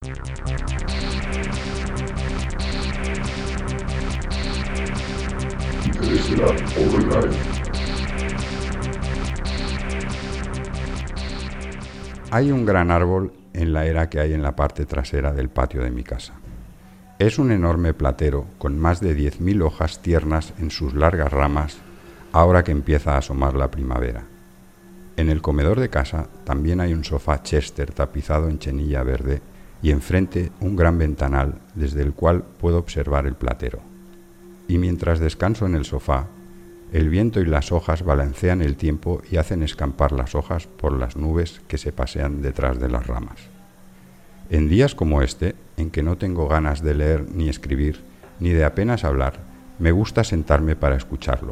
Interestelar Overdrive. Hay un gran árbol en la era que hay en la parte trasera del patio de mi casa. Es un enorme platero con más de 10.000 hojas tiernas en sus largas ramas ahora que empieza a asomar la primavera. En el comedor de casa también hay un sofá Chester tapizado en chenilla verde y enfrente un gran ventanal desde el cual puedo observar el platero. Y mientras descanso en el sofá, el viento y las hojas balancean el tiempo y hacen escampar las hojas por las nubes que se pasean detrás de las ramas. En días como este, en que no tengo ganas de leer ni escribir, ni de apenas hablar, me gusta sentarme para escucharlo.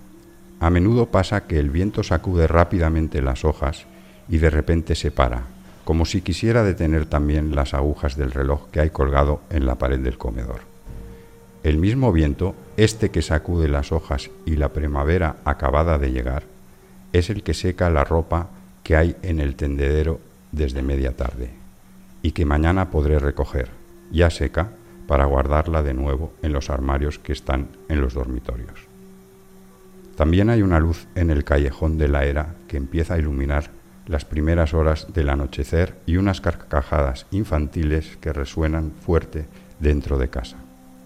A menudo pasa que el viento sacude rápidamente las hojas y de repente se para, como si quisiera detener también las agujas del reloj que hay colgado en la pared del comedor. El mismo viento, este que sacude las hojas y la primavera acabada de llegar, es el que seca la ropa que hay en el tendedero desde media tarde y que mañana podré recoger, ya seca, para guardarla de nuevo en los armarios que están en los dormitorios. También hay una luz en el callejón de la era que empieza a iluminar las primeras horas del anochecer y unas carcajadas infantiles que resuenan fuerte dentro de casa.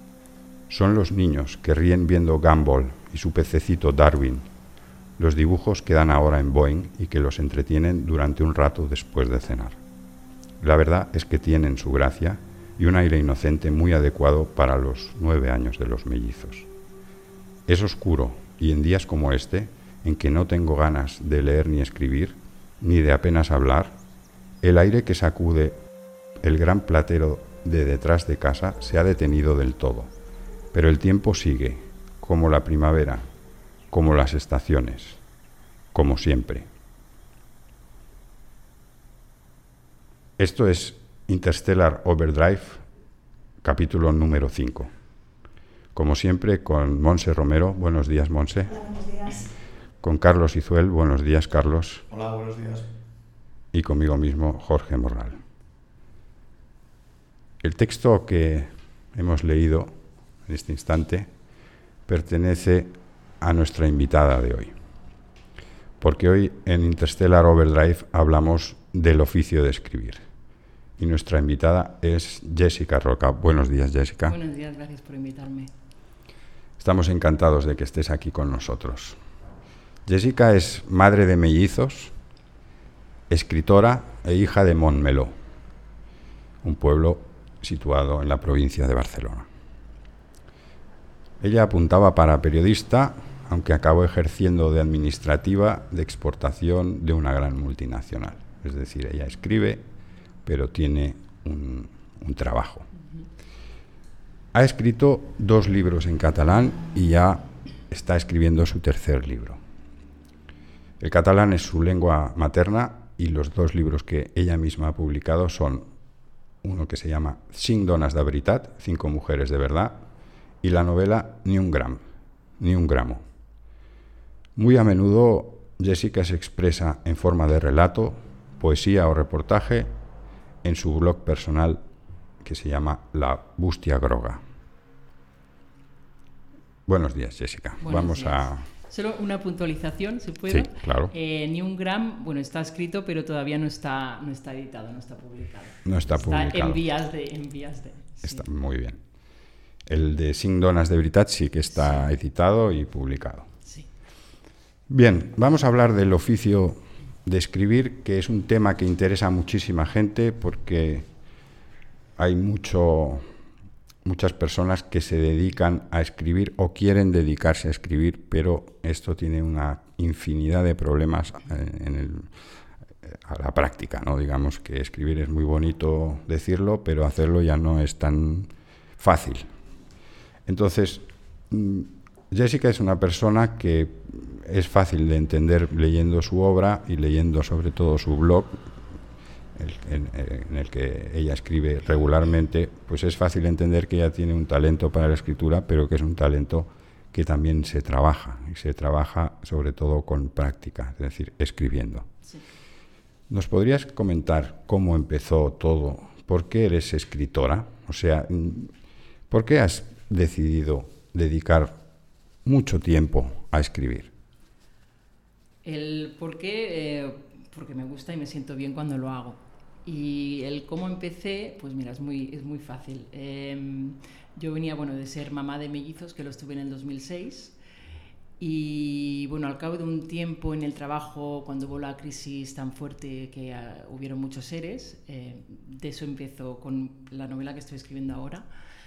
Son los niños que ríen viendo Gumball y su pececito Darwin, los dibujos que dan ahora en Boeing y que los entretienen durante un rato después de cenar. La verdad es que tienen su gracia y un aire inocente muy adecuado para los 9 años de los mellizos. Es oscuro y en días como este, en que no tengo ganas de leer ni escribir, ni de apenas hablar, el aire que sacude el gran platero de detrás de casa se ha detenido del todo. Pero el tiempo sigue, como la primavera, como las estaciones, como siempre. Esto es Interstellar Overdrive, capítulo número 5. Como siempre, con Monse Romero. Buenos días, Monse. Hola, buenos días. Con Carlos Izuel. Buenos días, Carlos. Hola, buenos días. Y conmigo mismo, Jorge Morral. El texto que hemos leído en este instante pertenece a nuestra invitada de hoy. Porque hoy en Interstellar Overdrive hablamos del oficio de escribir. Y nuestra invitada es Jessica Roca. Buenos días, Jessica. Buenos días, gracias por invitarme. Estamos encantados de que estés aquí con nosotros. Jessica es madre de mellizos, escritora e hija de Montmeló, un pueblo situado en la provincia de Barcelona. Ella apuntaba para periodista, aunque acabó ejerciendo de administrativa de exportación de una gran multinacional. Es decir, ella escribe, pero tiene un trabajo. Ha escrito 2 libros en catalán y ya está escribiendo su 3er libro. El catalán es su lengua materna y los 2 libros que ella misma ha publicado son uno que se llama 5 dones de veritat, 5 mujeres de verdad, y la novela Ni un gramo. Muy a menudo Jessica se expresa en forma de relato, poesía o reportaje en su blog personal que se llama La Bústia Groga. Buenos días, Jessica. Buenos días. Solo una puntualización, si puedo. Sí, claro. Ni un gram, bueno, está escrito, pero todavía no está editado, no está publicado. No está publicado. Está en vías de. Sí. Está muy bien. El de 5 dones de veritat sí que está editado y publicado. Sí. Bien, vamos a hablar del oficio de escribir, que es un tema que interesa a muchísima gente porque hay muchas personas que se dedican a escribir o quieren dedicarse a escribir, pero esto tiene una infinidad de problemas a la práctica, ¿no? Digamos que escribir es muy bonito decirlo, pero hacerlo ya no es tan fácil. Entonces, Jessica es una persona que es fácil de entender leyendo su obra y leyendo sobre todo su blog, en el que ella escribe regularmente. Pues es fácil entender que ella tiene un talento para la escritura, pero que es un talento que también se trabaja, y se trabaja sobre todo con práctica, es decir, escribiendo. Sí. ¿Nos podrías comentar cómo empezó todo ¿por qué eres escritora? O sea, ¿por qué has decidido dedicar mucho tiempo a escribir? El por qué, porque me gusta y me siento bien cuando lo hago. Y el cómo empecé, pues mira, es muy fácil. Yo venía, de ser mamá de mellizos, que los tuve en el 2006. Y bueno, al cabo de un tiempo en el trabajo, cuando hubo la crisis tan fuerte que hubieron muchos seres, de eso empezó con la novela que estoy escribiendo ahora.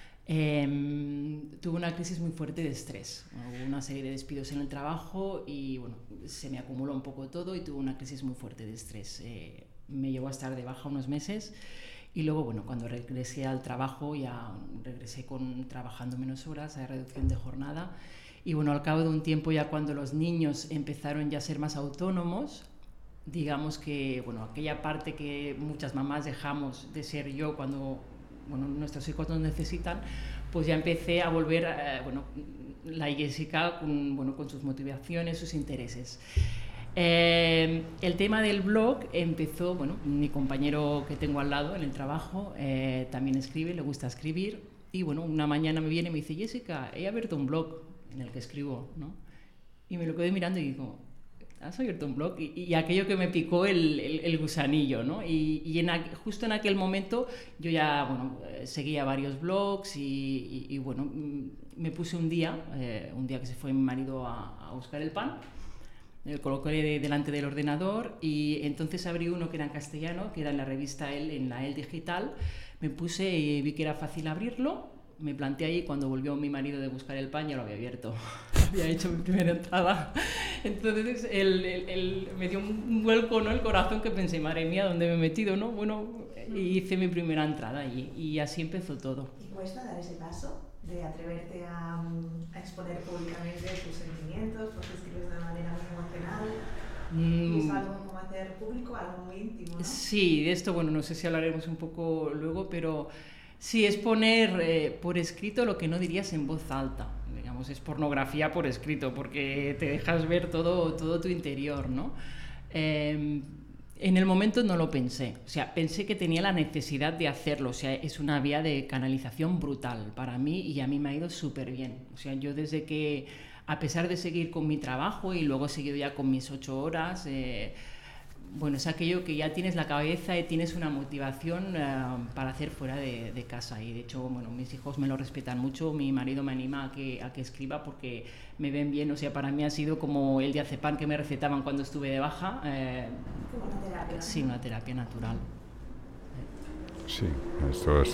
Tuve una crisis muy fuerte de estrés. Hubo una serie de despidos en el trabajo y bueno, se me acumuló un poco todo y tuve una crisis muy fuerte de estrés. Me llevó a estar de baja unos meses y luego, cuando regresé al trabajo ya regresé trabajando menos horas, a reducción de jornada. Y al cabo de un tiempo, ya cuando los niños empezaron ya a ser más autónomos, digamos que aquella parte que muchas mamás dejamos de ser yo cuando nuestros hijos nos necesitan, pues ya empecé a volver la Jessica con sus motivaciones, sus intereses. El tema del blog empezó, mi compañero que tengo al lado en el trabajo también escribe, le gusta escribir, y una mañana me viene y me dice: Jessica, he abierto un blog en el que escribo, ¿no? Y me lo quedé mirando y digo: ¿has abierto un blog? Y aquello que me picó el gusanillo, ¿no? Y justo en aquel momento yo ya, seguía varios blogs y me puse un día que se fue mi marido a buscar el pan, me coloqué delante del ordenador y entonces abrí uno que era en castellano, que era en la revista El, en la El Digital, me puse y vi que era fácil abrirlo. Me planté ahí, cuando volvió mi marido de buscar el pan ya lo había abierto, había hecho mi primera entrada. Entonces me dio un vuelco, ¿no?, el corazón, que pensé: madre mía, ¿dónde me he metido?, ¿no? Y hice mi primera entrada y así empezó todo. ¿Y cuesta dar ese paso de atreverte a exponer públicamente tus sentimientos, porque escribes de una manera muy emocional? ¿Y es algo como hacer público, algo muy íntimo, ¿no? Sí, de esto, no sé si hablaremos un poco luego, pero sí, es poner por escrito lo que no dirías en voz alta. Digamos, es pornografía por escrito, porque te dejas ver todo tu interior, ¿no? En el momento no lo pensé. O sea, pensé que tenía la necesidad de hacerlo. O sea, es una vía de canalización brutal para mí y a mí me ha ido súper bien. O sea, yo desde que, a pesar de seguir con mi trabajo y luego he seguido ya con mis 8 horas... es aquello que ya tienes la cabeza y tienes una motivación para hacer fuera de casa. Y de hecho, mis hijos me lo respetan mucho, mi marido me anima a que escriba porque me ven bien. O sea, para mí ha sido como el diazepam que me recetaban cuando estuve de baja. Como una terapia. Sí, una terapia natural. Sí, esto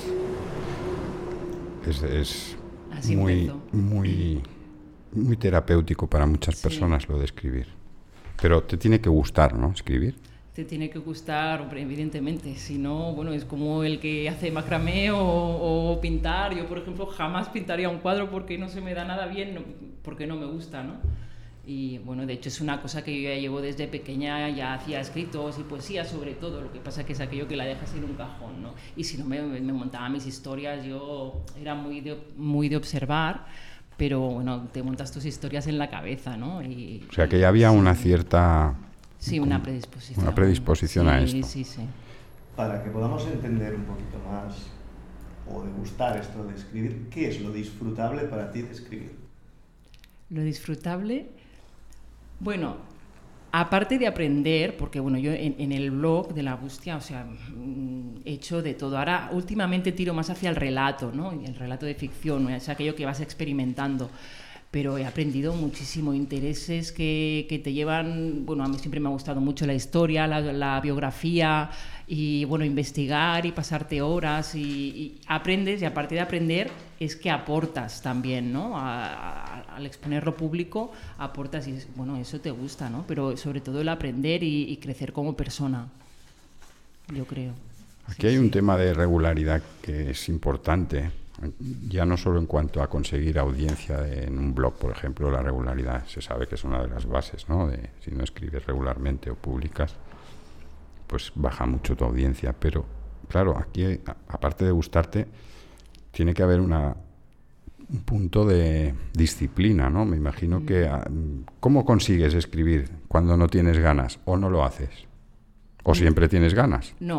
es Así muy terapéutico para muchas personas, lo de escribir. Pero te tiene que gustar, ¿no?, escribir. Te tiene que gustar, hombre, evidentemente. Si no, es como el que hace macramé o pintar. Yo, por ejemplo, jamás pintaría un cuadro porque no se me da nada bien, porque no me gusta, ¿no? Y de hecho es una cosa que yo ya llevo desde pequeña, ya hacía escritos y poesía sobre todo. Lo que pasa que es aquello que la dejas en un cajón, ¿no? Y si no, me montaba mis historias. Yo era muy de observar, pero te montas tus historias en la cabeza, ¿no? O sea, que ya había una cierta... Sí, una predisposición. Una predisposición a esto. Sí. Para que podamos entender un poquito más o degustar esto de escribir, ¿qué es lo disfrutable para ti de escribir? Lo disfrutable... aparte de aprender, porque yo en el blog de La Bustia, o sea, he hecho de todo. Ahora, últimamente tiro más hacia el relato, ¿no? El relato de ficción, ¿no? Es aquello que vas experimentando. Pero he aprendido muchísimo, intereses que te llevan... a mí siempre me ha gustado mucho la historia, la biografía, y investigar y pasarte horas y aprendes, y aparte de aprender es que aportas también, ¿no? Al exponerlo público aportas y eso te gusta, ¿no? Pero sobre todo el aprender y crecer como persona, yo creo. Aquí hay un tema de regularidad que es importante, ya no solo en cuanto a conseguir audiencia en un blog, por ejemplo. La regularidad se sabe que es una de las bases, ¿no? Si no escribes regularmente o publicas, pues baja mucho tu audiencia. Pero claro, aquí, aparte de gustarte, tiene que haber un punto de disciplina, ¿no? Me imagino que... ¿Cómo consigues escribir cuando no tienes ganas o no lo haces? ¿O siempre tienes ganas? No,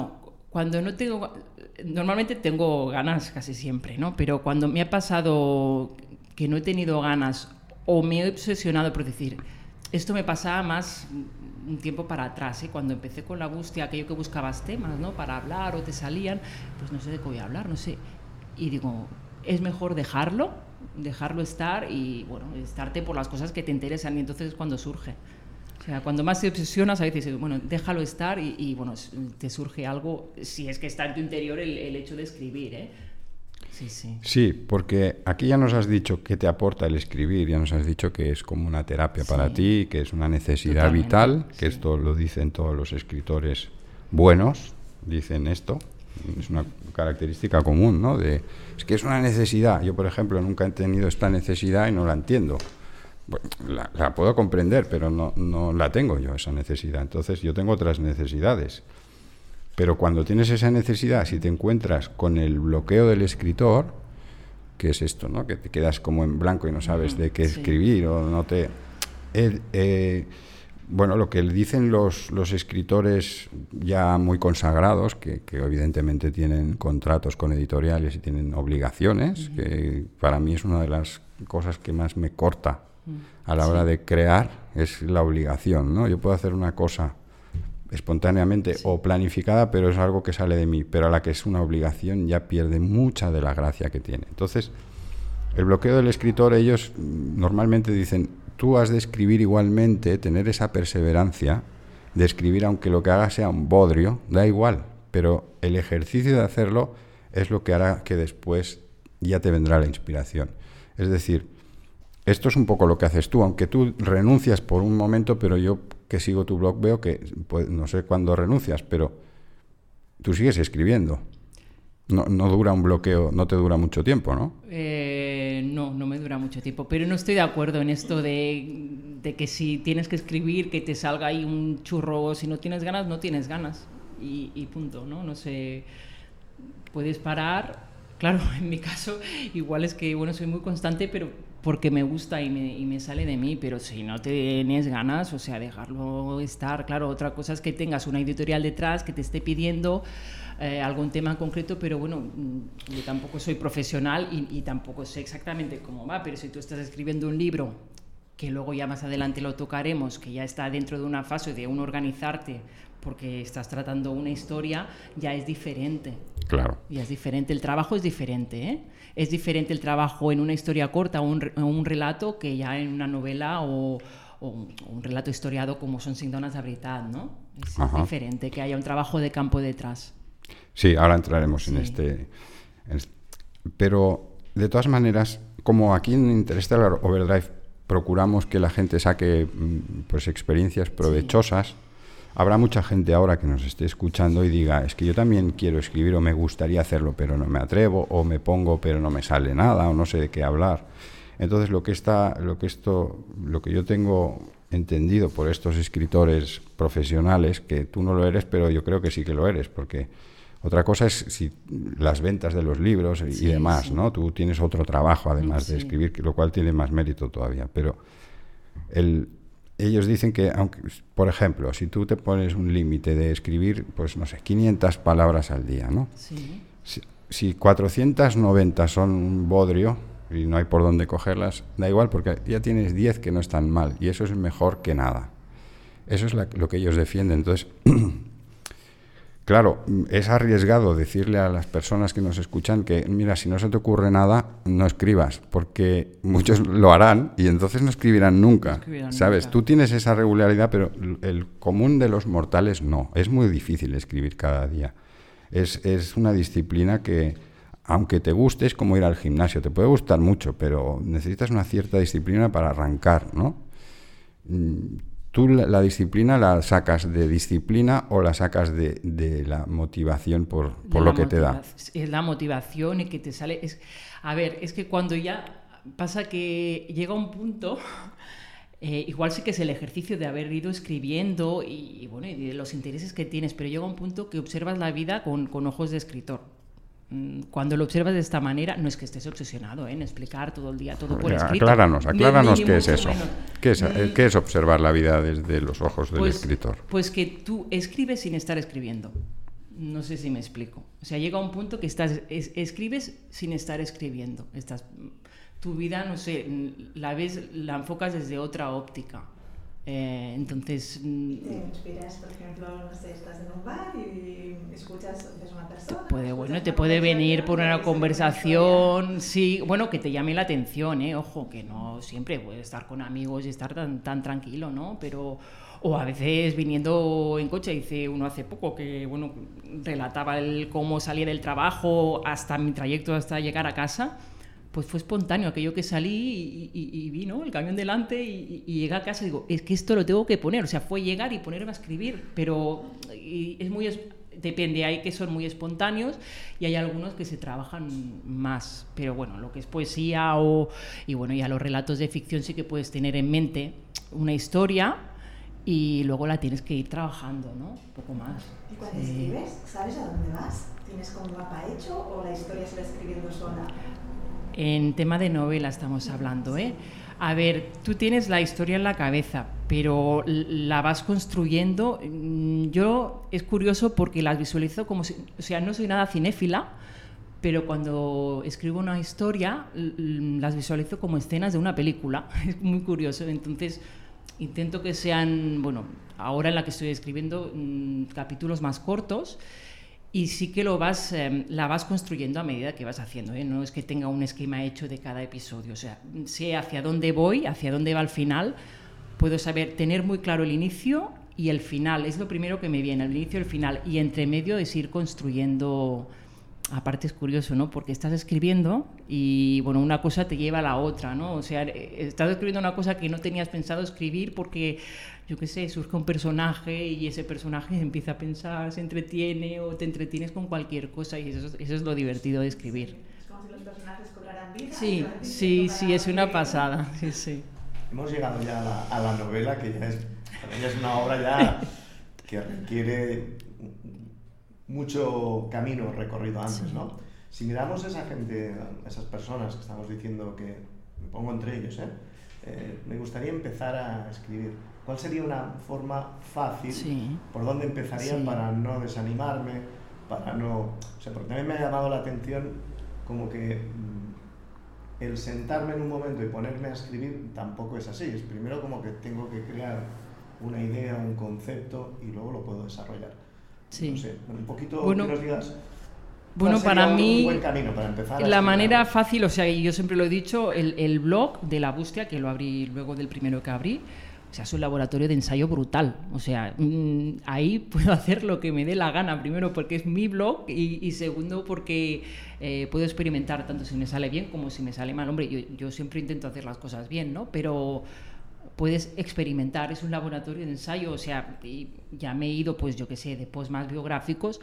cuando no tengo... Normalmente tengo ganas casi siempre, ¿no? Pero cuando me ha pasado que no he tenido ganas o me he obsesionado por decir, esto me pasaba más un tiempo para atrás, ¿eh? Cuando empecé con la búsqueda, aquello que buscabas temas, ¿no? Para hablar o te salían, pues no sé de qué voy a hablar, no sé. Y digo, es mejor dejarlo estar y, bueno, estarte por las cosas que te interesan, y entonces es cuando surge. O sea, cuando más te obsesionas, a veces, bueno, déjalo estar y bueno, te surge algo, si es que está en tu interior el hecho de escribir, ¿eh? Sí, sí. Sí, porque aquí ya nos has dicho qué te aporta el escribir, ya nos has dicho que es como una terapia para ti, que es una necesidad Totalmente, vital, que sí. esto lo dicen todos los escritores buenos, dicen esto, es una característica común, ¿no? Es que es una necesidad. Yo, por ejemplo, nunca he tenido esta necesidad y no la entiendo. Bueno, la puedo comprender, pero no la tengo yo, esa necesidad. Entonces yo tengo otras necesidades. Pero cuando tienes esa necesidad, si te encuentras con el bloqueo del escritor, que es esto, ¿no? Que te quedas como en blanco y no sabes de qué escribir, o no te... bueno, lo que dicen los escritores ya muy consagrados, que evidentemente tienen contratos con editoriales y tienen obligaciones, que para mí es una de las cosas que más me corta a la hora de crear, es la obligación, ¿no? Yo puedo hacer una cosa espontáneamente o planificada, pero es algo que sale de mí, pero a la que es una obligación ya pierde mucha de la gracia que tiene. Entonces, el bloqueo del escritor, ellos normalmente dicen, tú has de escribir igualmente, tener esa perseverancia de escribir, aunque lo que hagas sea un bodrio, da igual, pero el ejercicio de hacerlo es lo que hará que después ya te vendrá la inspiración. Es decir, esto es un poco lo que haces tú, aunque tú renuncias por un momento, pero yo que sigo tu blog veo que, pues, no sé cuándo renuncias, pero tú sigues escribiendo. No dura un bloqueo, no te dura mucho tiempo, ¿no? No me dura mucho tiempo, pero no estoy de acuerdo en esto de que si tienes que escribir, que te salga ahí un churro, si no tienes ganas, no tienes ganas, y punto, ¿no? No sé, puedes parar, claro, en mi caso, igual es que, bueno, soy muy constante, pero porque me gusta y me sale de mí, pero si no tienes ganas, o sea, dejarlo estar. Claro, otra cosa es que tengas una editorial detrás que te esté pidiendo algún tema en concreto, pero bueno, yo tampoco soy profesional y tampoco sé exactamente cómo va, pero si tú estás escribiendo un libro, que luego ya más adelante lo tocaremos, que ya está dentro de una fase de un organizarte, porque estás tratando una historia, ya es diferente. Claro. Ya es diferente, el trabajo es diferente, ¿eh? Es diferente el trabajo en una historia corta o un relato que ya en una novela o un relato historiado como Son 5 dones de veritat, ¿no? Es diferente que haya un trabajo de campo detrás. Sí, ahora entraremos en este... Pero, de todas maneras, como aquí en Interstellar Overdrive procuramos que la gente saque pues experiencias provechosas, habrá mucha gente ahora que nos esté escuchando y diga, es que yo también quiero escribir o me gustaría hacerlo, pero no me atrevo, o me pongo pero no me sale nada, o no sé de qué hablar. Entonces lo que yo tengo entendido por estos escritores profesionales, que tú no lo eres, pero yo creo que sí que lo eres, porque otra cosa es si las ventas de los libros y demás, ¿no? Tú tienes otro trabajo además de escribir, lo cual tiene más mérito todavía, pero ellos dicen que, aunque, por ejemplo, si tú te pones un límite de escribir, pues no sé, 500 palabras al día, ¿no? Sí. Si 490 son un bodrio y no hay por dónde cogerlas, da igual, porque ya tienes 10 que no están mal, y eso es mejor que nada. Eso es lo que ellos defienden. Entonces, claro, es arriesgado decirle a las personas que nos escuchan que, mira, si no se te ocurre nada, no escribas, porque muchos lo harán y entonces no escribirán nunca, ¿sabes? Nunca. Tú tienes esa regularidad, pero el común de los mortales no. Es muy difícil escribir cada día. Es una disciplina que, aunque te guste, es como ir al gimnasio. Te puede gustar mucho, pero necesitas una cierta disciplina para arrancar, ¿no? ¿Tú la disciplina la sacas de disciplina o la sacas de la motivación por lo que te da? Es la motivación y que te sale... es que cuando ya pasa que llega un punto... igual sí que es el ejercicio de haber ido escribiendo y de los intereses que tienes, pero llega un punto que observas la vida con ojos de escritor. Cuando lo observas de esta manera, no es que estés obsesionado en explicar todo el día, todo por escrito. Acláranos qué es eso. ¿Qué es observar la vida desde los ojos del escritor? Pues que tú escribes sin estar escribiendo. No sé si me explico. O sea, llega un punto que escribes sin estar escribiendo. Tu vida, no sé, la enfocas desde otra óptica. Entonces... ¿Te inspiras, por ejemplo, no sé, estás en un bar y escuchas, ves una persona? Te puede venir por una conversación, sí, bueno, que te llame la atención, ojo, que no siempre puedes estar con amigos y estar tan tranquilo, ¿no? Pero... O a veces viniendo en coche, dice uno hace poco que, bueno, relataba cómo salía del trabajo hasta mi trayecto hasta llegar a casa, pues fue espontáneo, aquello que salí y vi, ¿no?, el camión delante y llegué a casa y digo, es que esto lo tengo que poner, o sea, fue llegar y ponerme a escribir, pero depende, hay que son muy espontáneos y hay algunos que se trabajan más, pero bueno, lo que es poesía y bueno, ya los relatos de ficción sí que puedes tener en mente una historia y luego la tienes que ir trabajando, ¿no? Un poco más. ¿Y cuando escribes, sabes a dónde vas? ¿Tienes como un mapa hecho o la historia se va escribiendo sola? En tema de novela estamos hablando, ¿eh? A ver, tú tienes la historia en la cabeza, pero la vas construyendo. Yo es curioso porque las visualizo como si... O sea, no soy nada cinéfila, pero cuando escribo una historia las visualizo como escenas de una película. Es muy curioso. Entonces... intento que sean, bueno, ahora en la que estoy escribiendo, capítulos más cortos y sí que la vas construyendo a medida que vas haciendo, ¿eh? No es que tenga un esquema hecho de cada episodio, o sea, sé hacia dónde voy, hacia dónde va el final, puedo tener muy claro el inicio y el final, es lo primero que me viene, el inicio y el final, y entre medio es ir construyendo. Aparte es curioso, ¿no? Porque estás escribiendo y, bueno, una cosa te lleva a la otra, ¿no? O sea, estás escribiendo una cosa que no tenías pensado escribir porque, yo qué sé, surge un personaje y ese personaje empieza a pensar, se entretiene o te entretienes con cualquier cosa y eso es lo divertido de escribir. Es como si los personajes cobraran vida. Sí, es una pasada, sí. Hemos llegado ya a la novela, que ya es una obra ya que requiere... mucho camino recorrido antes, ¿no? Si miramos a esa gente, a esas personas que estamos diciendo que, me pongo entre ellos, me gustaría empezar a escribir. ¿Cuál sería una forma fácil por dónde empezaría para no desanimarme, para no... O sea, porque también me ha llamado la atención como que el sentarme en un momento y ponerme a escribir tampoco es así. Es primero como que tengo que crear una idea, un concepto y luego lo puedo desarrollar. Sí. No sé, un poquito que nos digas. Bueno, para mí, un buen camino para empezar la manera fácil, o sea, yo siempre lo he dicho, el blog de La Bustia, que lo abrí luego del primero que abrí, o sea, es un laboratorio de ensayo brutal. O sea, ahí puedo hacer lo que me dé la gana, primero porque es mi blog y segundo porque puedo experimentar tanto si me sale bien como si me sale mal. Hombre, yo siempre intento hacer las cosas bien, ¿no? Pero puedes experimentar, es un laboratorio de ensayo, o sea, ya me he ido, pues yo qué sé, de posts más biográficos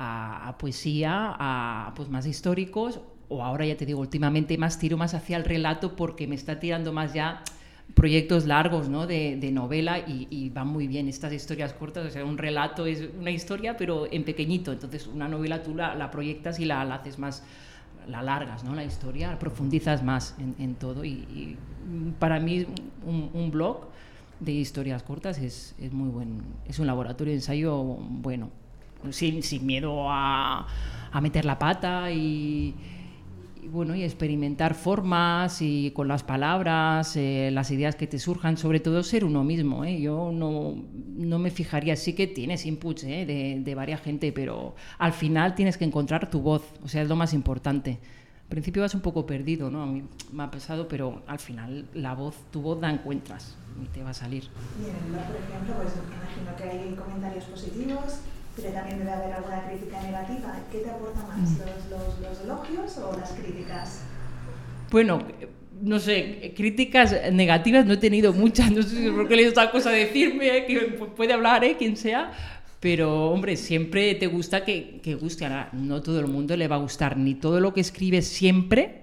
a poesía, a posts más históricos, o ahora ya te digo, últimamente tiro más hacia el relato porque me está tirando más ya proyectos largos, ¿no?, de novela y van muy bien estas historias cortas, o sea, un relato es una historia pero en pequeñito, entonces una novela tú la proyectas y la haces más, la largas, ¿no?, la historia, profundizas más en todo y para mí un blog de historias cortas es muy bueno, es un laboratorio de ensayo bueno, sin miedo a meter la pata y bueno, y experimentar formas y con las palabras, las ideas que te surjan, sobre todo ser uno mismo, ¿eh? Yo no me fijaría, sí que tienes inputs de varias gente, pero al final tienes que encontrar tu voz, o sea, es lo más importante. Al principio vas un poco perdido, ¿no? A mí me ha pasado, pero al final tu voz la encuentras y te va a salir. Y en el blog, por ejemplo, pues imagino que hay comentarios positivos, pero también debe haber alguna crítica negativa. ¿Qué te aporta más, los elogios o las críticas? Bueno, no sé, críticas negativas no he tenido muchas, no sé por qué le da cosa decirme, que puede hablar, quien sea, pero hombre, siempre te gusta que guste. Ahora, no todo el mundo le va a gustar, ni todo lo que escribes siempre,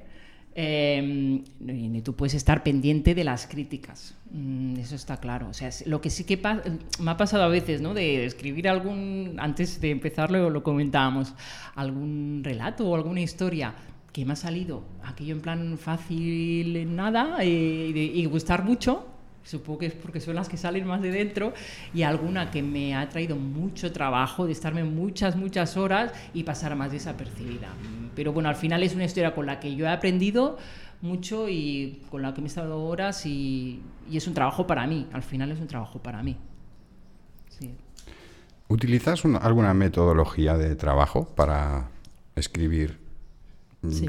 ni tú puedes estar pendiente de las críticas, eso está claro. O sea, lo que sí que me ha pasado a veces, ¿no?, de escribir antes de empezarlo lo comentábamos, algún relato o alguna historia que me ha salido aquello en plan fácil en nada y gustar mucho, Supongo que es porque son las que salen más de dentro, y alguna que me ha traído mucho trabajo de estarme muchas horas y pasar más desapercibida. Pero bueno, al final es una historia con la que yo he aprendido mucho y con la que me he estado horas y es un trabajo para mí, al final es un trabajo para mí. Sí. ¿Utilizas alguna metodología de trabajo para escribir Sí.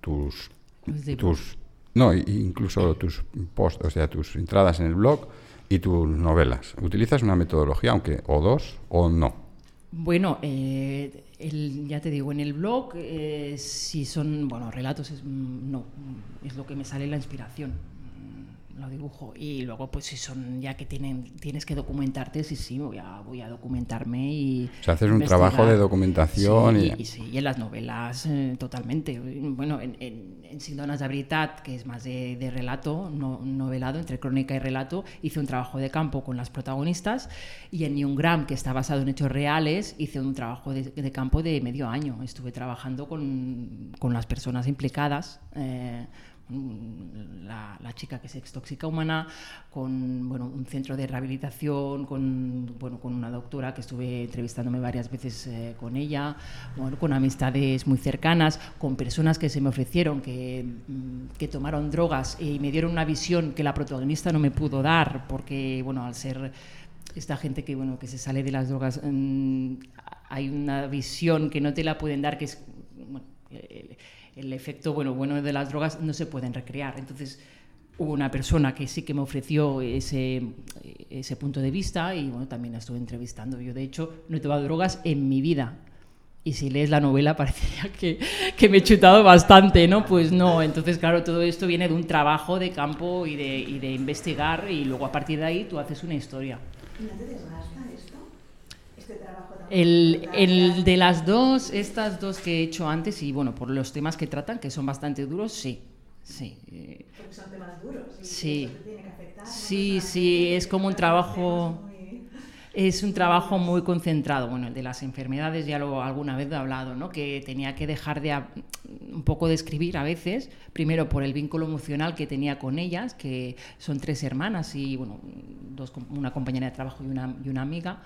incluso tus posts, o sea, tus entradas en el blog y tus novelas? ¿Utilizas una metodología, o dos, o no? Bueno, ya te digo, en el blog, si son relatos, no, es lo que me sale la inspiración, lo dibujo. Y luego, pues si son ya que tienes que documentarte, sí, voy a documentarme y o sea, haces un trabajo de documentación. Y en las novelas, totalmente. Bueno, en Cinc dones de veritat, que es más de relato, novelado, entre crónica y relato, hice un trabajo de campo con las protagonistas, y en Ni un gram, que está basado en hechos reales, hice un trabajo de campo de medio año. Estuve trabajando con las personas implicadas, la chica que es extóxica humana, con un centro de rehabilitación, con una doctora que estuve entrevistándome varias veces con ella, con amistades muy cercanas, con personas que se me ofrecieron, que tomaron drogas y me dieron una visión que la protagonista no me pudo dar, porque al ser esta gente que se sale de las drogas, hay una visión que no te la pueden dar, que es el efecto bueno de las drogas no se pueden recrear. Entonces hubo una persona que sí que me ofreció ese punto de vista, y también la estuve entrevistando. Yo de hecho no he tomado drogas en mi vida, y si lees la novela parecería que me he chutado bastante, ¿no? Pues no. Entonces claro, todo esto viene de un trabajo de campo y de investigar, y luego a partir de ahí tú haces una historia. ¿Y no te desgasta esto? Este trabajo tan El de las dos, estas dos que he hecho antes, y por los temas que tratan, que son bastante duros, sí. Porque son temas duros. Sí. Eso te tiene que afectar, ¿no? Sí, es como un trabajo. Es un trabajo muy concentrado. El de las enfermedades ya alguna vez he hablado, ¿no? Que tenía que dejar un poco de escribir a veces, primero por el vínculo emocional que tenía con ellas, que son 3 hermanas y una compañera de trabajo y una amiga.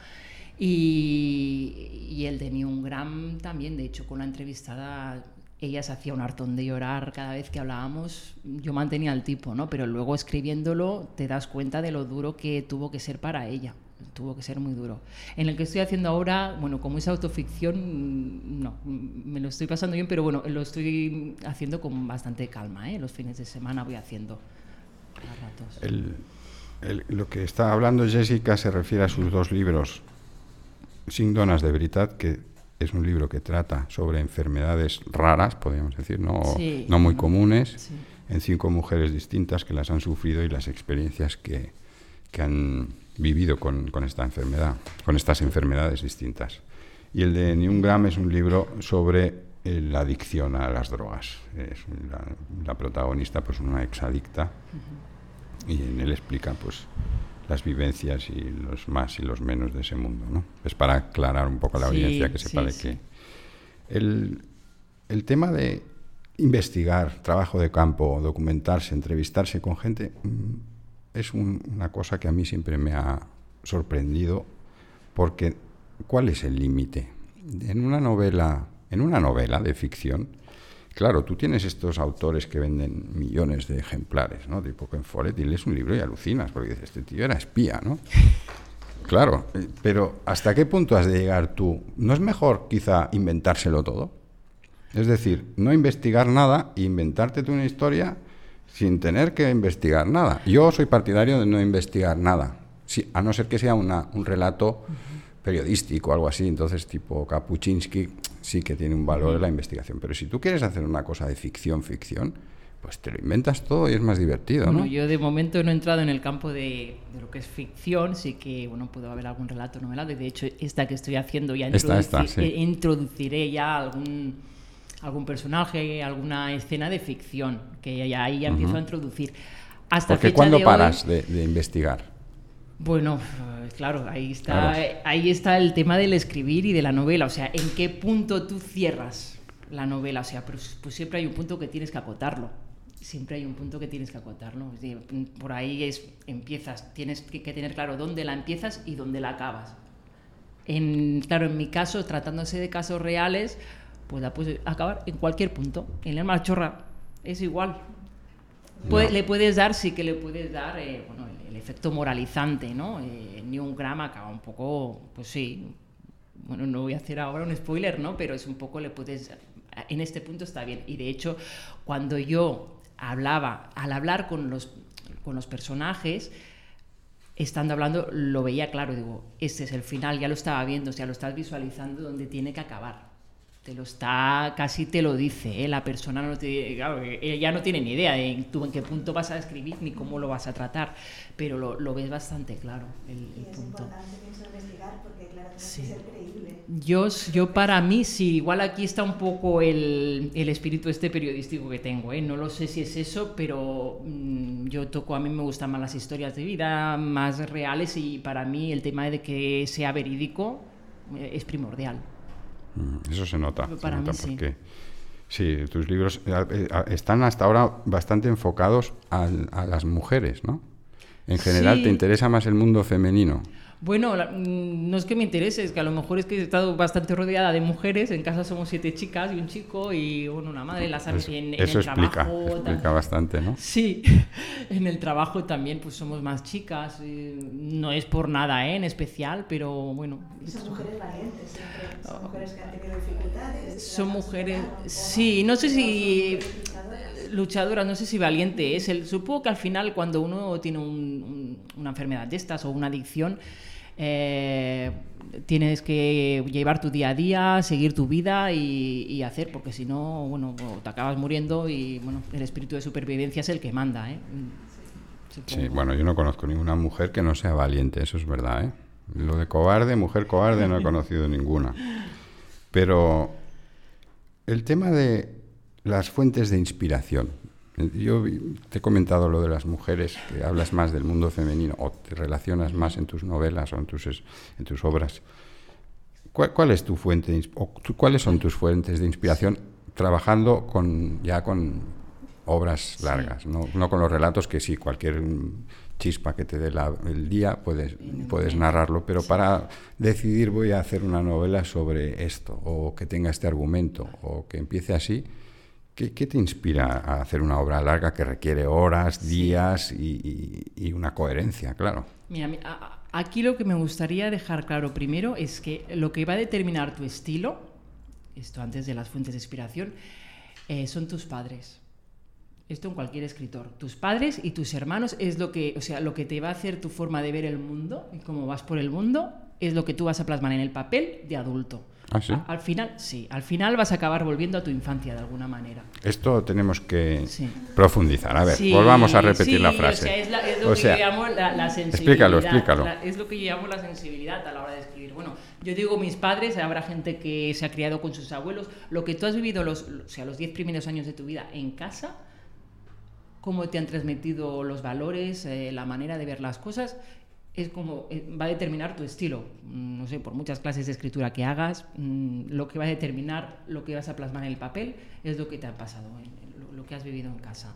Y el de Ni un gram también, de hecho, con la entrevistada, ella se hacía un hartón de llorar cada vez que hablábamos. Yo mantenía el tipo, ¿no? Pero luego escribiéndolo te das cuenta de lo duro que tuvo que ser para ella. Tuvo que ser muy duro. En el que estoy haciendo ahora, como es autoficción, no, me lo estoy pasando bien, pero lo estoy haciendo con bastante calma, ¿eh? Los fines de semana voy haciendo a ratos. Lo que está hablando Jessica se refiere a sus 2 libros. Cinc dones de veritat, que es un libro que trata sobre enfermedades raras, podríamos decir, no muy comunes, en 5 mujeres distintas que las han sufrido y las experiencias que han vivido con esta enfermedad, con estas enfermedades distintas. Y el de Ni un gram es un libro sobre la adicción a las drogas. Es la protagonista, pues una exadicta, y en él explica pues las vivencias y los más y los menos de ese mundo, ¿no? Es para aclarar un poco a la audiencia que sepa de qué. El tema de investigar, trabajo de campo, documentarse, entrevistarse con gente, es una cosa que a mí siempre me ha sorprendido, porque ¿cuál es el límite? En una novela de ficción, claro, tú tienes estos autores que venden millones de ejemplares, ¿no? Tipo Ken Follett, y lees un libro y alucinas, porque dices, este tío era espía, ¿no? Claro, pero ¿hasta qué punto has de llegar tú? ¿No es mejor quizá inventárselo todo? Es decir, no investigar nada e inventarte tú una historia sin tener que investigar nada. Yo soy partidario de no investigar nada, sí, a no ser que sea un relato periodístico o algo así. Entonces, tipo Kapuscinski, sí que tiene un valor de la investigación. Pero si tú quieres hacer una cosa de ficción, pues te lo inventas todo y es más divertido, ¿no? Yo de momento no he entrado en el campo de lo que es ficción. Sí que, puedo haber algún relato novelado. Y de hecho, esta que estoy haciendo ya introduciré ya algún personaje, alguna escena de ficción, que ya ahí empiezo a introducir. Porque ¿cuándo paras de investigar? Bueno, claro, ahí está el tema del escribir y de la novela. O sea, ¿en qué punto tú cierras la novela? O sea, pues siempre hay un punto que tienes que acotarlo. siempre hay un punto que tienes que acotar, ¿no? Es decir, por ahí empiezas, tienes que tener claro dónde la empiezas y dónde la acabas. Claro, en mi caso, tratándose de casos reales, pues la puedes acabar en cualquier punto. En la machorra es igual. Le puedes dar, sí que le puedes dar el efecto moralizante, ¿no? Newton Graham acaba un poco, pues sí, bueno, no voy a hacer ahora un spoiler, ¿no? Pero es un poco, le puedes, en este punto está bien. Y de hecho, cuando yo al hablar con los personajes, estando hablando, lo veía claro, digo, este es el final, ya lo estaba viendo, o sea, lo estás visualizando donde tiene que acabar. Casi te lo dice, ¿eh? La persona claro, ella no tiene ni idea de tú en qué punto vas a escribir ni cómo lo vas a tratar, pero lo ves bastante claro el es punto. Importante pienso investigar porque claro, tiene Sí. que ser creíble. Yo para mí sí, igual aquí está un poco el espíritu periodístico que tengo, ¿eh? No lo sé si es eso, pero a mí me gustan más las historias de vida, más reales, y para mí el tema de que sea verídico es primordial. Eso se nota. Para mí porque sí, tus libros están hasta ahora bastante enfocados a las mujeres, ¿no? En general, Sí. ¿te interesa más el mundo femenino? Bueno, no es que me interese, es que a lo mejor es que he estado bastante rodeada de mujeres. En casa somos 7 chicas y un chico y bueno, una madre, las sabes, en Eso el trabajo. explica bastante, ¿no? Sí, en el trabajo también pues somos más chicas. No es por nada, en especial, pero bueno. Y son mujeres valientes, siempre. Son mujeres que han tenido dificultades. Son mujeres, sí, no sé si luchadoras, no sé si valiente es. Supongo que al final cuando uno tiene una enfermedad de estas o una adicción, tienes que llevar tu día a día, seguir tu vida y hacer, porque si no, bueno, te acabas muriendo y bueno, el espíritu de supervivencia es el que manda, ¿eh? Sí, bueno, yo no conozco ninguna mujer que no sea valiente, eso es verdad, ¿eh? Lo de cobarde, mujer cobarde, no he conocido ninguna. Pero el tema de las fuentes de inspiración. Yo te he comentado lo de las mujeres, que hablas más del mundo femenino o te relacionas más en tus novelas o en tus obras. ¿Cuál es tu fuente cuáles son tus fuentes de inspiración trabajando con obras largas? No con los relatos que sí, cualquier chispa que te dé el día puedes narrarlo, pero para decidir voy a hacer una novela sobre esto o que tenga este argumento o que empiece así. ¿Qué te inspira a hacer una obra larga que requiere horas, días y una coherencia, claro? Mira, aquí lo que me gustaría dejar claro primero es que lo que va a determinar tu estilo, esto antes de las fuentes de inspiración, son tus padres. Esto en cualquier escritor. Tus padres y tus hermanos es lo que te va a hacer tu forma de ver el mundo y cómo vas por el mundo, es lo que tú vas a plasmar en el papel de adulto. ¿Ah, sí? Al final vas a acabar volviendo a tu infancia de alguna manera. Esto tenemos que profundizar. A ver, Sí, volvamos a repetir la frase. O sea, es lo que yo llamo la sensibilidad. Explícalo. Es lo que yo llamo la sensibilidad a la hora de escribir. Bueno, yo digo mis padres, habrá gente que se ha criado con sus abuelos. Lo que tú has vivido los 10 primeros años de tu vida en casa, cómo te han transmitido los valores, la manera de ver las cosas, es como va a determinar tu estilo. No sé, por muchas clases de escritura que hagas, lo que va a determinar lo que vas a plasmar en el papel es lo que te ha pasado, lo que has vivido en casa.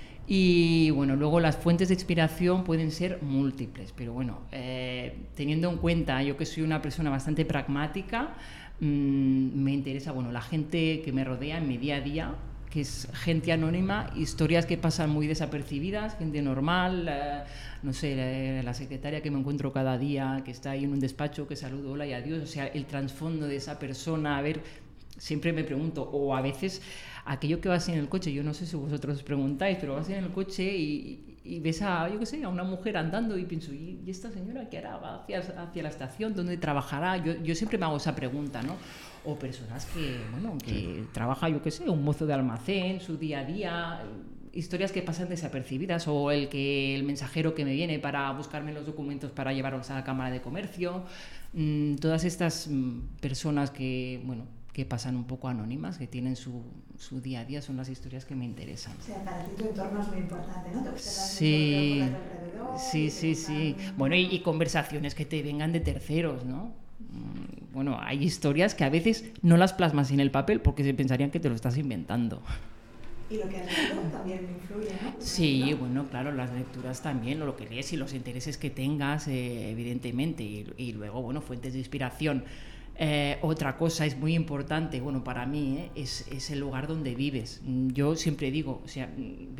Y bueno, luego las fuentes de inspiración pueden ser múltiples, pero bueno, teniendo en cuenta, yo que soy una persona bastante pragmática, me interesa, bueno, la gente que me rodea en mi día a día, que es gente anónima, historias que pasan muy desapercibidas, gente normal, no sé, la secretaria que me encuentro cada día, que está ahí en un despacho, que saludo, hola y adiós, o sea, el trasfondo de esa persona, a ver, siempre me pregunto, o a veces aquello que vas en el coche, yo no sé si vosotros os preguntáis, pero vas en el coche y ves a una mujer andando y pienso, ¿y esta señora qué hará? ¿Va hacia la estación? ¿Dónde trabajará? Yo siempre me hago esa pregunta, ¿no? O personas que trabaja, un mozo de almacén, su día a día, historias que pasan desapercibidas, o el mensajero que me viene para buscarme los documentos para llevarlos a la Cámara de Comercio, todas estas personas que pasan un poco anónimas, que tienen su día a día, son las historias que me interesan. O sea, para ti tu entorno es muy importante, ¿no? Te observas Sí, mucho alrededor. sí. Bueno, y conversaciones que te vengan de terceros, ¿no? Bueno, hay historias que a veces no las plasmas en el papel porque se pensarían que te lo estás inventando. Y lo que has leído también influye, ¿no? Sí, bueno, claro, las lecturas también, o lo que lees y los intereses que tengas, evidentemente, y luego, bueno, fuentes de inspiración. Otra cosa es muy importante, bueno, para mí, es el lugar donde vives. Yo siempre digo, o sea,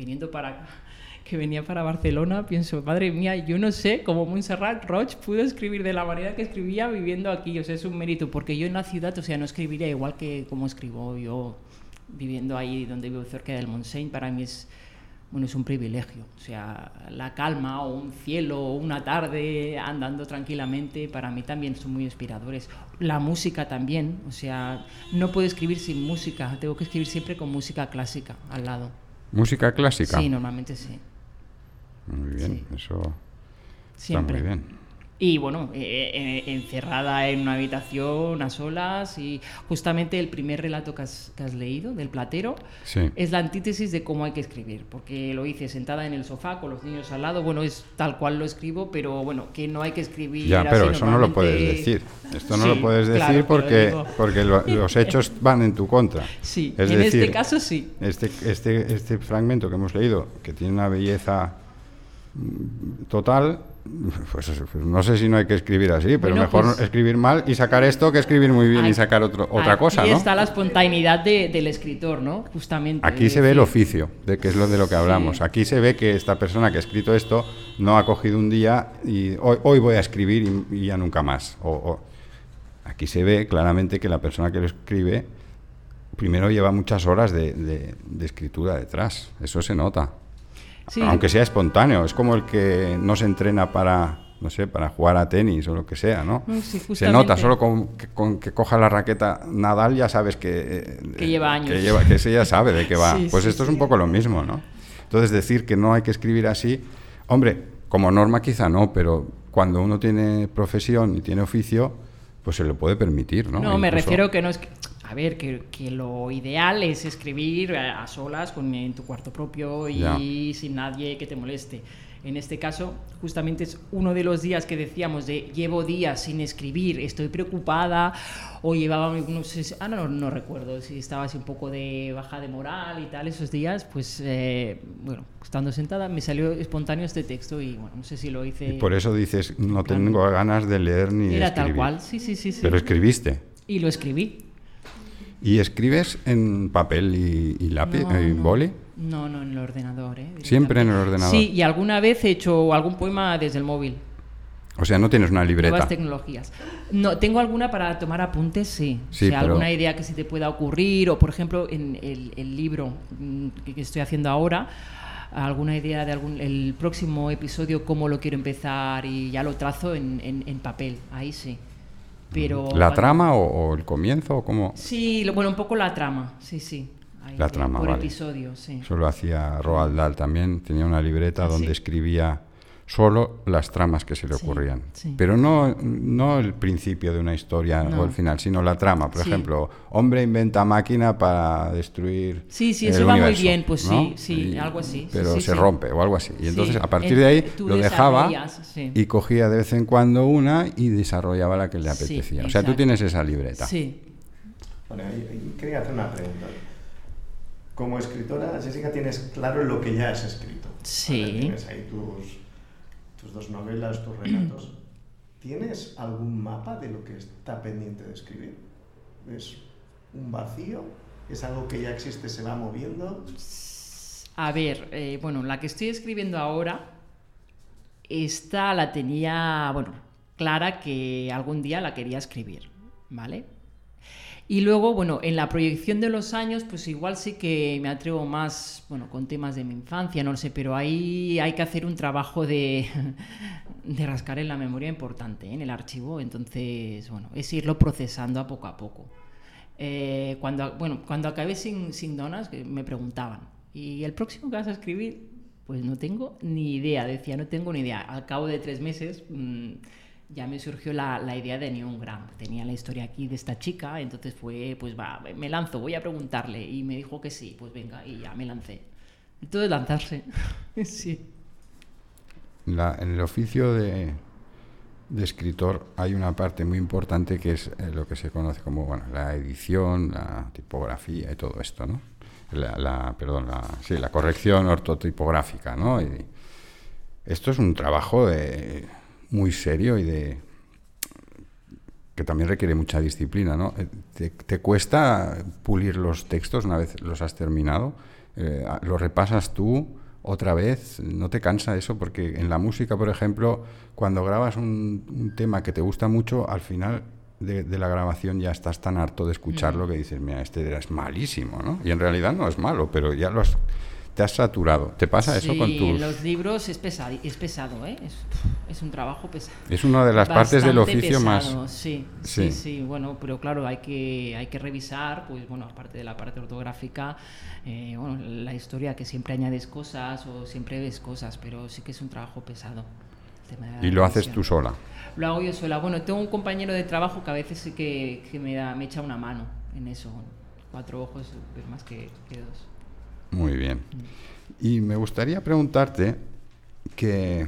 que venía para Barcelona, pienso, madre mía, yo no sé cómo Montserrat Roig pudo escribir de la manera que escribía viviendo aquí, o sea, es un mérito, porque yo en la ciudad, o sea, no escribiría igual que como escribo yo viviendo ahí donde vivo cerca del Montseny. Para mí es un privilegio, o sea, la calma o un cielo o una tarde andando tranquilamente, para mí también son muy inspiradores. La música también, o sea, no puedo escribir sin música, tengo que escribir siempre con música clásica al lado. ¿Música clásica? Sí, normalmente sí. Muy bien, Sí. eso Siempre. está muy bien. Y bueno, encerrada en una habitación a solas, y justamente el primer relato que has leído, del platero, Sí. es la antítesis de cómo hay que escribir, porque lo hice sentada en el sofá con los niños al lado, bueno, es tal cual lo escribo, pero bueno, que no hay que escribir Ya, pero así eso no lo normalmente. puedes decir. Esto no Sí, lo puedes decir claro que lo porque digo. los hechos van en tu contra. Sí, Es en decir, este caso sí. Este fragmento que hemos leído, que tiene una belleza total, pues no sé si no hay que escribir así, pero Bueno, mejor pues, escribir mal y sacar esto que escribir muy bien y sacar otra cosa, Aquí ¿no? está la espontaneidad del escritor, ¿no? Justamente. Aquí se ve el oficio, de que es de lo que hablamos. Sí. Aquí se ve que esta persona que ha escrito esto no ha cogido un día y hoy voy a escribir y ya nunca más. Aquí se ve claramente que la persona que lo escribe primero lleva muchas horas de escritura detrás. Eso se nota. Sí. Aunque sea espontáneo. Es como el que no se entrena para jugar a tenis o lo que sea, ¿no? Sí, Se nota, solo con que coja la raqueta Nadal ya sabes que lleva años. Que ese ya sabe de qué va. Sí, Pues sí, esto es sí. un poco lo mismo, ¿no? Entonces decir que no hay que escribir así, hombre, como norma quizá no, pero cuando uno tiene profesión y tiene oficio, pues se lo puede permitir, ¿no? No, me Incluso- refiero que no es... A ver, que lo ideal es escribir a solas en tu cuarto propio y Ya. sin nadie que te moleste. En este caso, justamente es uno de los días que decíamos de llevo días sin escribir, estoy preocupada, o llevaba, no sé, no recuerdo si estaba así un poco de baja de moral y tal esos días, pues bueno, estando sentada me salió espontáneo este texto y bueno, no sé si lo hice... Y por eso dices, no Claro. tengo ganas de leer ni de Era escribir. tal cual, sí. Pero escribiste. Y lo escribí. ¿Y escribes en papel y lápiz, y boli? No, en el ordenador, Siempre en el directamente. ordenador. Sí, y alguna vez he hecho algún poema desde el móvil. O sea, no tienes una libreta. Nuevas tecnologías. No, tengo alguna para tomar apuntes, sí. Sí, o sea, pero- alguna idea que se te pueda ocurrir, o por ejemplo, en el libro que estoy haciendo ahora, alguna idea de el próximo episodio, cómo lo quiero empezar, y ya lo trazo en papel, ahí sí. Pero ¿La cuando- trama o el comienzo o cómo? Sí, bueno, un poco la trama, sí. Ahí, La trama, por vale. episodio, sí. Eso lo hacía Roald Dahl también. Tenía una libreta Ah, donde sí. escribía solo las tramas que se le Sí, ocurrían. sí. Pero no el principio de una historia No. o el final, sino la trama. Por Sí. ejemplo, hombre inventa máquina para destruir Sí, el eso va muy universo, bien, pues ¿no? sí, algo así. Pero Sí, se sí. rompe o algo así. Y entonces Sí. a partir de ahí Tú lo dejaba desarrollas, sí. y cogía de vez en cuando una y desarrollaba la que le Sí, apetecía. O sea, tú exacto. tienes esa libreta. Sí. Bueno, ahí quería hacer una pregunta. Como escritora, Jessica, tienes claro lo que ya has escrito. Sí. ¿Vale? Tienes ahí tus dos novelas, tus relatos. ¿Tienes algún mapa de lo que está pendiente de escribir? ¿Es un vacío? ¿Es algo que ya existe, se va moviendo? A ver, bueno, la que estoy escribiendo ahora, esta la tenía, bueno, clara que algún día la quería escribir, ¿vale? Y luego, bueno, en la proyección de los años, pues igual sí que me atrevo más, bueno, con temas de mi infancia, no lo sé, pero ahí hay que hacer un trabajo de rascar en la memoria importante, en el archivo. Entonces, bueno, es irlo procesando a poco. Cuando acabé sin donas, que me preguntaban, ¿y el próximo que vas a escribir? Pues no tengo ni idea, decía, no tengo ni idea. Al cabo de 3 meses... ya me surgió la idea de Neon Gram. Tenía la historia aquí de esta chica, entonces fue, pues va, me lanzo, voy a preguntarle. Y me dijo que sí, pues venga, y ya me lancé. Todo es lanzarse. Sí. En el oficio de escritor hay una parte muy importante que es lo que se conoce como la edición, la tipografía y todo esto, ¿no? la corrección ortotipográfica, ¿no? Y esto es un trabajo muy serio y que también requiere mucha disciplina, ¿no? ¿Te cuesta pulir los textos una vez los has terminado? ¿Los repasas tú otra vez? ¿No te cansa eso? Porque en la música, por ejemplo, cuando grabas un tema que te gusta mucho, al final de la grabación ya estás tan harto de escucharlo que dices, mira, este es malísimo, ¿no? Y en realidad no es malo, pero ya te has saturado. ¿Te pasa eso con tus...? Sí, los libros es pesado, ¿eh? Es un trabajo pesado. Es una de las partes del oficio pesado, más... Sí, bueno, pero claro, hay que revisar, pues bueno, aparte de la parte ortográfica, bueno, la historia, que siempre añades cosas o siempre ves cosas, pero sí que es un trabajo pesado. ¿Y lo haces tú sola? Lo hago yo sola. Bueno, tengo un compañero de trabajo que a veces sí que me echa una mano en eso. 4 ojos es más que 2. Muy bien. Y me gustaría preguntarte qué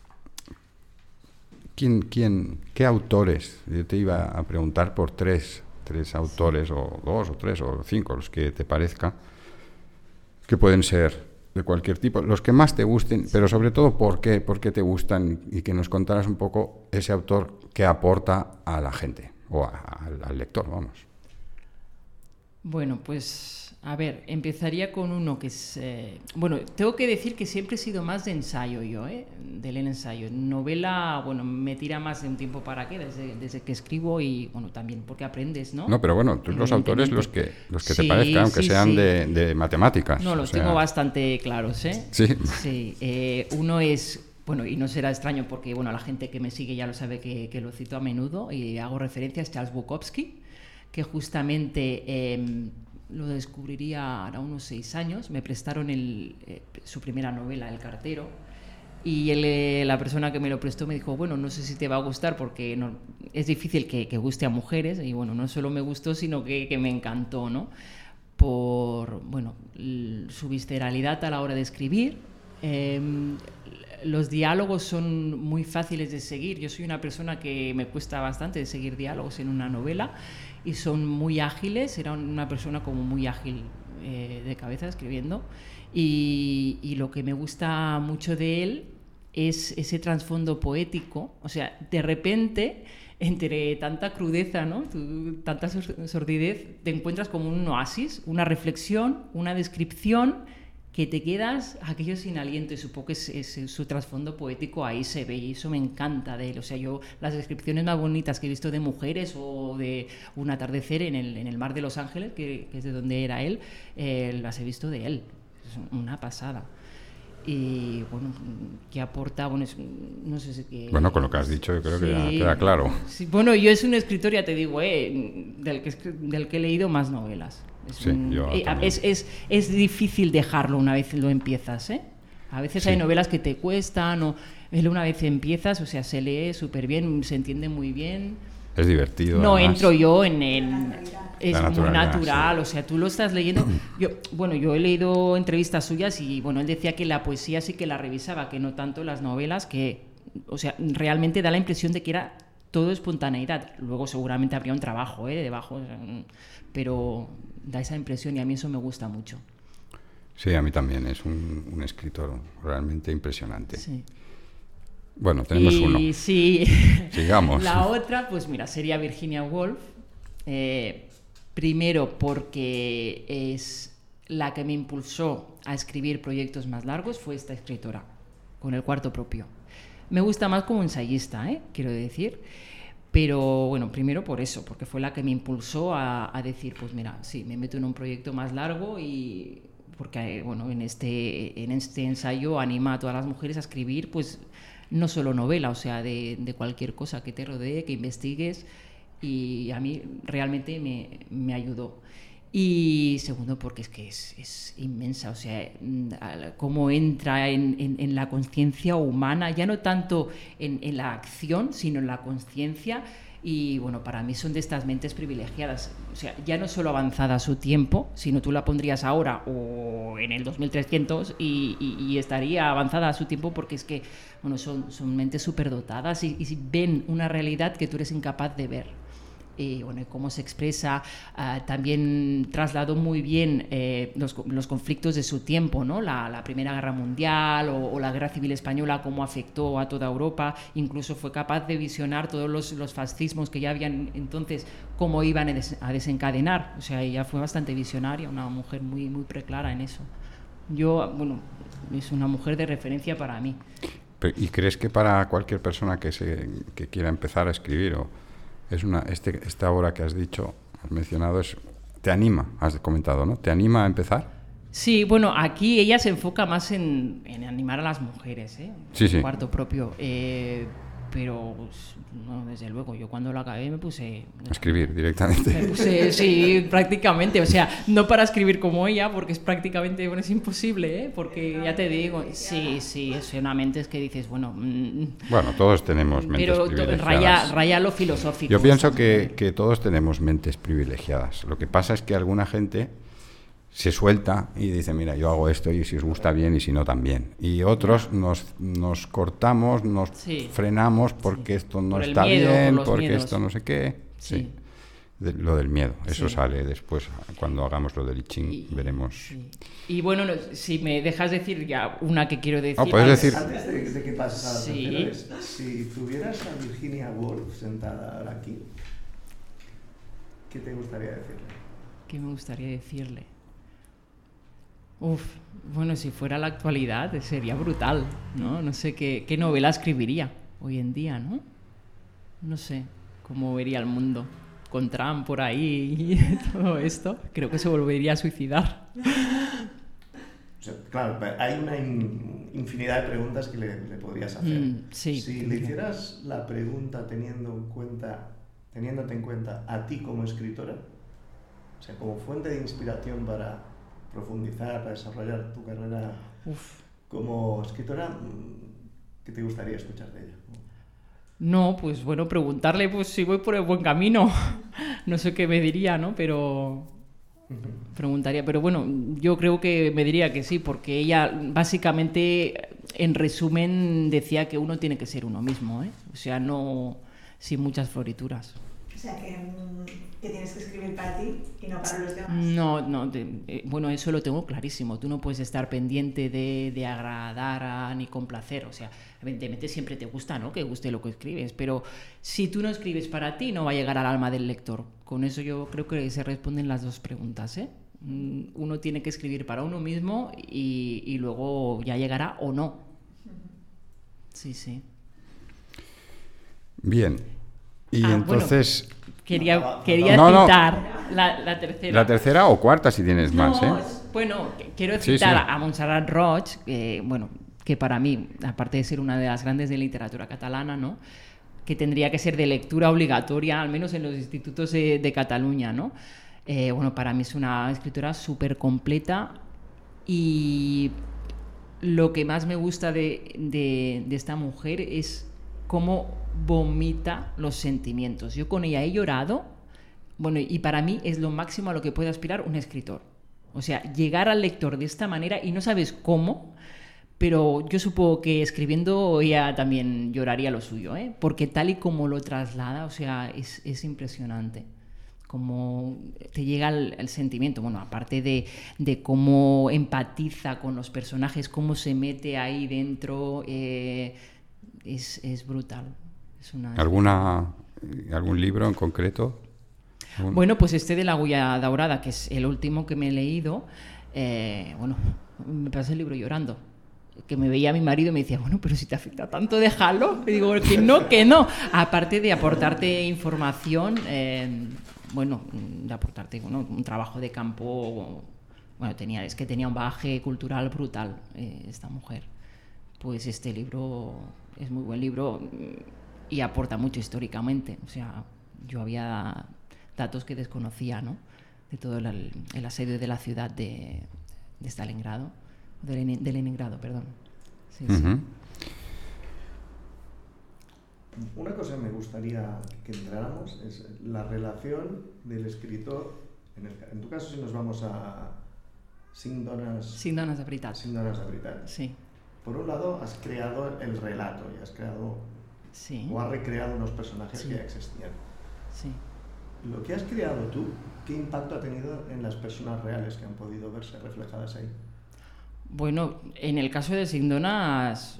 autores, yo te iba a preguntar por tres autores, o 2 o 3 o 5, los que te parezca, que pueden ser de cualquier tipo, los que más te gusten, pero sobre todo por qué te gustan, y que nos contaras un poco ese autor que aporta a la gente, o al lector, vamos. Bueno, pues, a ver, empezaría con uno que es... bueno, tengo que decir que siempre he sido más de ensayo yo, del ensayo. Novela, bueno, me tira más de un tiempo para qué, desde que escribo, y, bueno, también porque aprendes, ¿no? No, pero bueno, tú los autores, los que te parezcan, aunque sean de matemáticas. No, los tengo bastante claros, ¿eh? Sí. Sí, uno es... Bueno, y no será extraño porque, bueno, la gente que me sigue ya lo sabe que lo cito a menudo, y hago referencias a Charles Bukowski, que justamente lo descubriría a unos 6 años. Me prestaron su primera novela, El cartero, y la persona que me lo prestó me dijo, bueno, no sé si te va a gustar porque es difícil que guste a mujeres, y bueno, no solo me gustó, sino que me encantó, ¿no? Por, bueno, su visceralidad a la hora de escribir. Los diálogos son muy fáciles de seguir. Yo soy una persona que me cuesta bastante de seguir diálogos en una novela, y son muy ágiles. Era una persona como muy ágil de cabeza escribiendo, y lo que me gusta mucho de él es ese trasfondo poético. O sea, de repente, entre tanta crudeza, ¿no? Tanta sordidez, te encuentras como un oasis, una reflexión, una descripción, que te quedas aquello sin aliento, y supongo que es su trasfondo poético ahí se ve, y eso me encanta de él. O sea, yo las descripciones más bonitas que he visto de mujeres, o de un atardecer en el mar de Los Ángeles, que es de donde era él, las he visto de él. Es una pasada. Y bueno, ¿qué aporta? Bueno, no sé si... Bueno, con lo que has dicho yo creo que ya queda claro. Sí, bueno, yo es un escritor, ya te digo, del que he leído más novelas. Es difícil dejarlo una vez lo empiezas, ¿eh? A veces hay novelas que te cuestan, o él una vez empiezas, o sea, se lee súper bien, se entiende muy bien. Es divertido. No además. Entro yo es muy natural, sí. O sea, tú lo estás leyendo. Yo he leído entrevistas suyas, y bueno, él decía que la poesía sí que la revisaba, que no tanto las novelas, que, o sea, realmente da la impresión de que era todo espontaneidad. Luego seguramente habría un trabajo debajo, pero da esa impresión, y a mí eso me gusta mucho. Sí, a mí también. Es un escritor realmente impresionante. Sí. Bueno, tenemos uno. Sí. Sigamos. La otra, pues mira, sería Virginia Woolf. Primero porque es la que me impulsó a escribir proyectos más largos, fue esta escritora, con El cuarto propio. Me gusta más como ensayista, quiero decir. Pero bueno, primero por eso, porque fue la que me impulsó a decir, pues mira, sí, me meto en un proyecto más largo, y porque bueno, en este ensayo anima a todas las mujeres a escribir, pues no solo novela, o sea, de cualquier cosa que te rodee, que investigues, y a mí realmente me ayudó. Y segundo, porque es que es inmensa, o sea, cómo entra en la conciencia humana, ya no tanto en la acción, sino en la conciencia. Y bueno, para mí son de estas mentes privilegiadas, o sea, ya no solo avanzada a su tiempo, sino tú la pondrías ahora o en el 2300 y estaría avanzada a su tiempo, porque es que, bueno, son mentes superdotadas y ven una realidad que tú eres incapaz de ver. y bueno, cómo se expresa. También trasladó muy bien los conflictos de su tiempo, ¿no? La Primera Guerra Mundial o la Guerra Civil Española, cómo afectó a toda Europa. Incluso fue capaz de visionar todos los fascismos que ya habían entonces, cómo iban a desencadenar. O sea, ella fue bastante visionaria, una mujer muy, muy preclara en eso. Es una mujer de referencia para mí. ¿Y crees que para cualquier persona que quiera empezar a escribir, esta obra que has dicho, has mencionado, te anima, has comentado, ¿no? ¿Te anima a empezar? Sí, bueno, aquí ella se enfoca más en animar a las mujeres, ¿eh? Sí, sí. Cuarto propio. Pero, no, desde luego, yo cuando lo acabé me puse... A escribir directamente. Me puse, sí, prácticamente. O sea, no para escribir como ella, porque es prácticamente, es imposible, ¿eh? Porque ya te digo, sí, es una mente es que dices, bueno... Bueno, todos tenemos mentes privilegiadas. Pero raya lo filosófico. Yo pienso que todos tenemos mentes privilegiadas. Lo que pasa es que alguna gente se suelta y dice, mira, yo hago esto y si os gusta bien y si no también. Y otros nos cortamos, nos frenamos porque esto no está bien, porque miedos. Esto no sé qué. Sí. Lo del miedo, eso sale después, cuando hagamos lo del I Ching, veremos. Sí. Y bueno, si me dejas decir ya una que quiero decir... ¿puedes decir? Antes de que pases a la tercera vez, si tuvieras a Virginia Woolf sentada ahora aquí, ¿qué te gustaría decirle? ¿Qué me gustaría decirle? Bueno, si fuera la actualidad sería brutal, ¿no? No sé qué novela escribiría hoy en día, ¿no? No sé cómo vería el mundo con Trump por ahí y todo esto. Creo que se volvería a suicidar. O sea, claro, hay una infinidad de preguntas que le podrías hacer. Sí, si le hicieras la pregunta teniéndote en cuenta a ti como escritora, o sea, como fuente de inspiración para profundizar, para desarrollar tu carrera como escritora, ¿qué te gustaría escuchar de ella? No, pues bueno, preguntarle pues si voy por el buen camino. No sé qué me diría, ¿no? Pero preguntaría, pero bueno, yo creo que me diría que sí, porque ella básicamente, en resumen, decía que uno tiene que ser uno mismo, ¿eh? O sea, no sin muchas florituras. O sea, que tienes que escribir para ti y no para los demás. No, bueno, eso lo tengo clarísimo. Tú no puedes estar pendiente de agradar ni complacer. O sea, evidentemente siempre te gusta, ¿no? Que guste lo que escribes. Pero si tú no escribes para ti, no va a llegar al alma del lector. Con eso yo creo que se responden las dos preguntas, ¿eh? Uno tiene que escribir para uno mismo y luego ya llegará o no. Sí. Bien. Y entonces... Bueno, quería citar la tercera. La tercera o cuarta si tienes más, ¿eh? Bueno, quiero citar a Montserrat Roig, que para mí, aparte de ser una de las grandes de literatura catalana, ¿no? Que tendría que ser de lectura obligatoria, al menos en los institutos de Cataluña, ¿no? Para mí es una escritora súper completa y lo que más me gusta de esta mujer es cómo vomita los sentimientos. Yo con ella he llorado, y para mí es lo máximo a lo que puede aspirar un escritor. O sea, llegar al lector de esta manera y no sabes cómo, pero yo supongo que escribiendo ella también lloraría lo suyo, ¿eh? Porque tal y como lo traslada, o sea, es impresionante. Cómo te llega el sentimiento, aparte de cómo empatiza con los personajes, cómo se mete ahí dentro, es brutal. ¿Algún libro en concreto? Bueno, pues de La Agulla Daurada, que es el último que me he leído, me pasé el libro llorando. Que me veía mi marido y me decía, pero si te afecta tanto, déjalo. Y digo, que no. Aparte de aportarte información, de aportarte un trabajo de campo, tenía un bagaje cultural brutal esta mujer. Pues este libro es muy buen libro y aporta mucho históricamente. O sea, yo había datos que desconocía, ¿no? De todo el asedio de la ciudad de Stalingrado, de Leningrado, perdón. Sí. Una cosa que me gustaría que entráramos es la relación del escritor, en tu caso si nos vamos a Cinc dones de veritat. Sí. Por un lado, has creado el relato y has creado o has recreado unos personajes que ya existían. Sí. lo que has creado tú, ¿qué impacto ha tenido en las personas reales que han podido verse reflejadas ahí? Bueno, en el caso de Sindonas,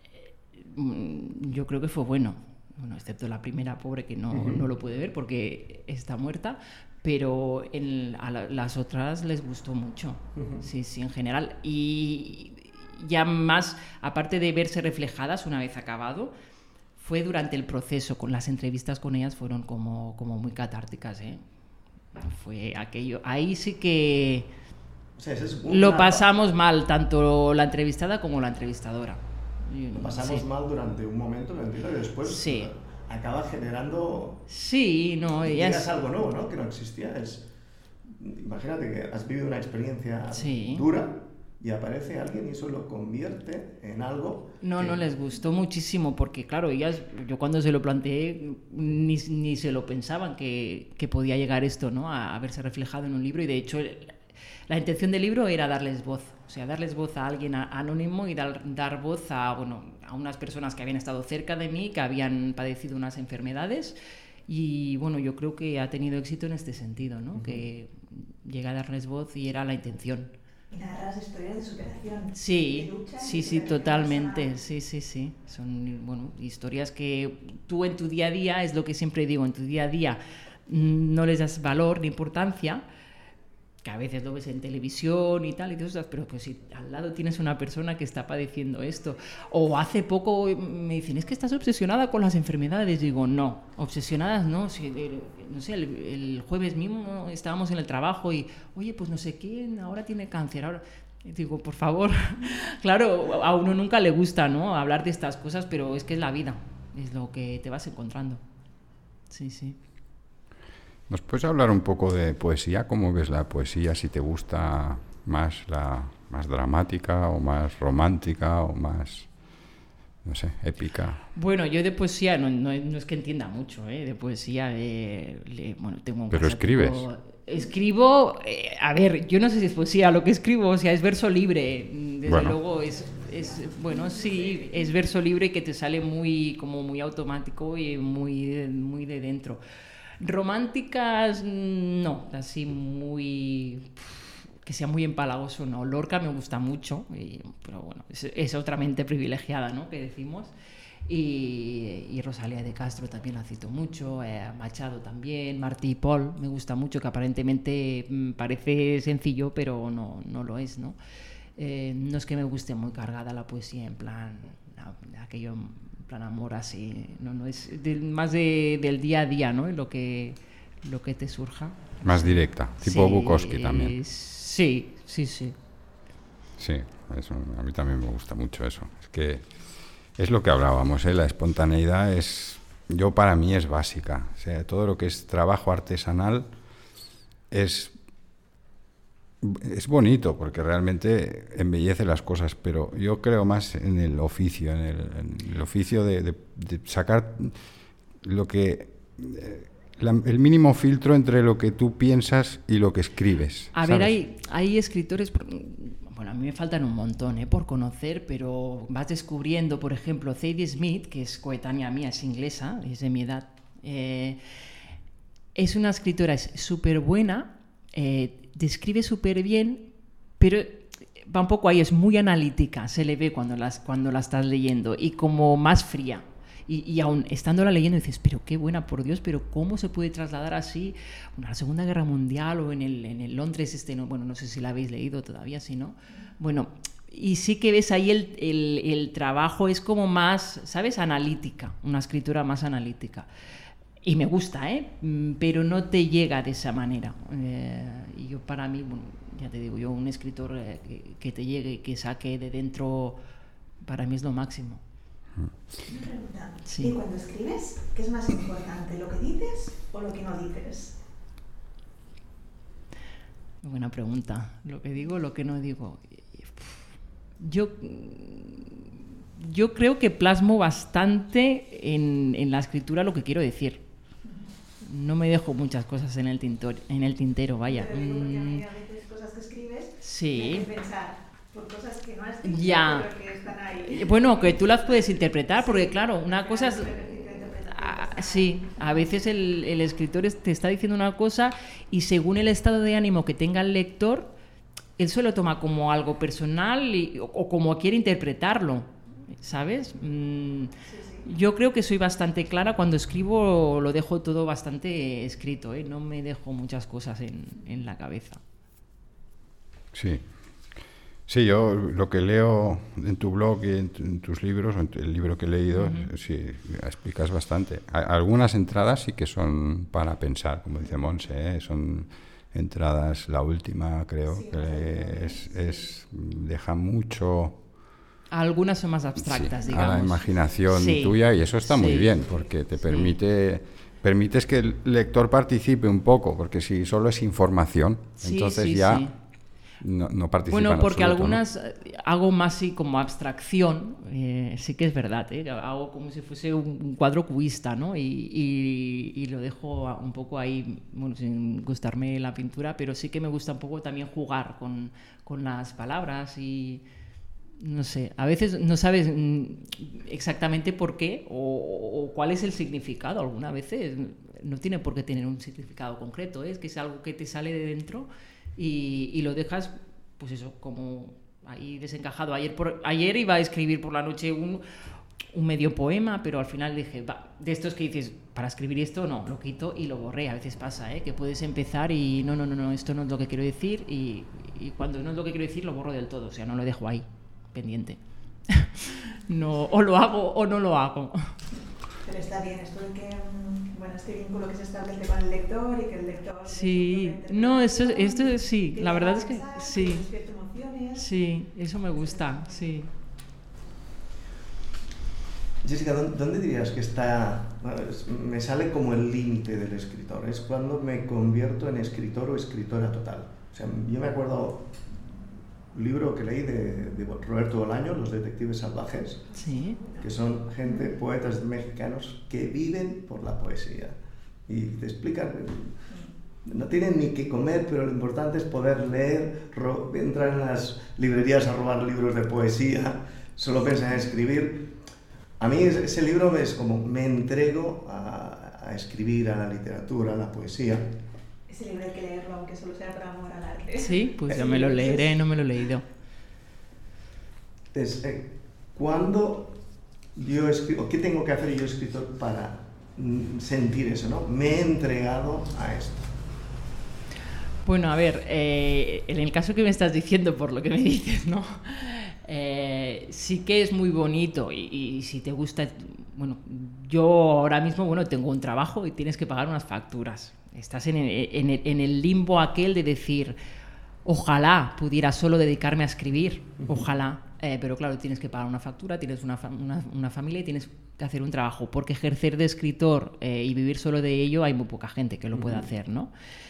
yo creo que fue bueno, excepto la primera pobre que no lo puede ver porque está muerta, pero a las otras les gustó mucho, sí, en general. Y ya más, aparte de verse reflejadas una vez acabado, fue durante el proceso, con las entrevistas con ellas fueron como muy catárticas, ¿eh? Fue aquello, ahí sí que O sea, lo pasamos mal, tanto la entrevistada como la entrevistadora. Lo pasamos mal durante un momento, lo entiendo, y después acaba generando... Sí, no, llegas a algo nuevo, ¿no? Que no existía. Imagínate que has vivido una experiencia dura y aparece alguien y eso lo convierte en algo... No les gustó muchísimo porque, claro, ellas, yo cuando se lo planteé ni se lo pensaban que podía llegar esto, ¿no? A verse reflejado en un libro, y de hecho la intención del libro era darles voz, o sea, darles voz a alguien anónimo y dar voz a unas personas que habían estado cerca de mí, que habían padecido unas enfermedades, y bueno, yo creo que ha tenido éxito en este sentido, ¿no? Que llega a darles voz y era la intención. Y narras historias de superación. Sí, de lucha, sí, totalmente. Sí. Son, bueno, historias que tú en tu día a día, es lo que siempre digo, en tu día a día no les das valor ni importancia, que a veces lo ves en televisión y tal, y todo eso, pero pues si al lado tienes una persona que está padeciendo esto. O hace poco me dicen, es que estás obsesionada con las enfermedades. Digo, no, obsesionadas no. Si, no sé, el jueves mismo estábamos en el trabajo y, oye, pues no sé quién ahora tiene cáncer. Ahora... Digo, por favor. Claro, a uno nunca le gusta, ¿no?, hablar de estas cosas, pero es que es la vida, es lo que te vas encontrando. Sí. ¿Nos puedes hablar un poco de poesía? ¿Cómo ves la poesía? Si te gusta más la más dramática o más romántica o más, no sé, épica. Bueno, yo de poesía no es que entienda mucho, de poesía. Bueno, tengo un... Pero escribes. Escribo, a ver, yo no sé si es poesía lo que escribo, o sea, es verso libre. Desde luego es bueno, sí, es verso libre que te sale muy automático y muy de dentro. Románticas, no, así que sea muy empalagoso, no. Lorca me gusta mucho, pero bueno, es otra mente privilegiada, ¿no?, que decimos. Y Rosalía de Castro también la cito mucho, Machado también, Martí y Pol me gusta mucho, que aparentemente parece sencillo, pero no lo es, ¿no? No es que me guste muy cargada la poesía en plan, aquello en plan amor así, no es más del día a día, ¿no? Lo que te surja. Más directa, tipo Bukowski también. Sí. Sí, eso, a mí también me gusta mucho eso. Es que es lo que hablábamos, la espontaneidad para mí es básica. O sea, todo lo que es trabajo artesanal es bonito porque realmente embellece las cosas, pero yo creo más en el oficio, en el oficio de sacar lo que el mínimo filtro entre lo que tú piensas y lo que escribes. A ver, hay escritores, bueno, a mí me faltan un montón por conocer, pero vas descubriendo, por ejemplo, Zadie Smith, que es coetánea mía, es inglesa, es de mi edad, es una escritora súper buena, describe súper bien, pero va un poco ahí, es muy analítica, se le ve cuando la estás leyendo, y como más fría. Y aún estándola leyendo dices, pero qué buena, por Dios, pero ¿cómo se puede trasladar así a la Segunda Guerra Mundial o en el Londres no sé si la habéis leído todavía, si no? Bueno, y sí que ves ahí el trabajo es como más, ¿sabes?, analítica, una escritura más analítica. Y me gusta, pero no te llega de esa manera. Y yo, para mí, bueno, ya te digo, un escritor que te llegue y que saque de dentro, para mí es lo máximo. Una pregunta. Sí. ¿Y cuando escribes, qué es más importante, lo que dices o lo que no dices? Buena pregunta. Lo que digo, lo que no digo. Yo creo que plasmo bastante en la escritura lo que quiero decir. No me dejo muchas cosas en el tintero, vaya. Pero digo, porque a mí a veces cosas que escribes sí. me hacen pensar por cosas que no has dicho, ya. pero que están ahí. Bueno, que tú las puedes interpretar, porque claro, una cosa es... Sí, a veces el escritor te está diciendo una cosa y según el estado de ánimo que tenga el lector, él se lo toma como algo personal o como quiere interpretarlo, ¿sabes? Yo creo que soy bastante clara cuando escribo, lo dejo todo bastante escrito, ¿eh? No me dejo muchas cosas en la cabeza. Sí. Sí, yo lo que leo en tu blog y en tus libros, en el libro que he leído, sí, explicas bastante. Algunas entradas sí que son para pensar, como dice Montse, son entradas, la última creo Sí, que deja mucho... Algunas son más abstractas, sí, digamos. a la imaginación Sí, tuya, y eso está muy sí, bien, porque te sí. permites que el lector participe un poco, porque si solo es información, Sí, entonces sí, ya... sí. No participa Bueno, en porque absoluto, algunas hago más así como abstracción, sí que es verdad, hago como si fuese un cuadro cubista, ¿no? Y lo dejo un poco ahí, bueno, sin gustarme la pintura, pero sí que me gusta un poco también jugar con las palabras y no sé, a veces no sabes exactamente por qué o cuál es el significado. Algunas veces no tiene por qué tener un significado concreto, es que es algo que te sale de dentro y lo dejas, pues eso, como ahí desencajado. Ayer iba a escribir por la noche un medio poema, pero al final dije, de estos que dices, para escribir esto no, lo quito y lo borré. A veces pasa, que puedes empezar y no, esto no es lo que quiero decir y cuando no es lo que quiero decir lo borro del todo, o sea, no lo dejo ahí, pendiente. No, o lo hago o no lo hago. Pero está bien esto de que, bueno, este vínculo que se establece con el lector y que el lector... Sí, no, esto sí, la verdad es que sí. Despierta emociones. Sí, eso me gusta, sí. Jessica, ¿dónde dirías que está? Me sale como el límite del escritor. Es cuando me convierto en escritor o escritora total. O sea, yo me acuerdo un libro que leí de Roberto Bolaño, Los detectives salvajes, Sí. que son gente, poetas mexicanos que viven por la poesía. Y te explican, no tienen ni que comer, pero lo importante es poder leer, entrar en las librerías a robar libros de poesía, solo piensan en escribir. A mí ese libro es como, me entrego a escribir, a la literatura, a la poesía. Ese libro hay que leerlo, aunque solo sea por amor al arte. Sí, pues ya me lo leeré, no me lo he leído. Cuando yo escribo, ¿qué tengo que hacer yo escritor para sentir eso, ¿no? Me he entregado a esto. Bueno, a ver, en el caso que me estás diciendo, por lo que me dices, ¿no? Sí que es muy bonito y si te gusta... Bueno, yo ahora mismo, bueno, tengo un trabajo y tienes que pagar unas facturas. Estás en el limbo aquel de decir, ojalá pudiera solo dedicarme a escribir, ojalá. Pero claro, tienes que pagar una factura, tienes una familia y tienes que hacer un trabajo. Porque ejercer de escritor y vivir solo de ello, hay muy poca gente que lo pueda hacer, ¿no?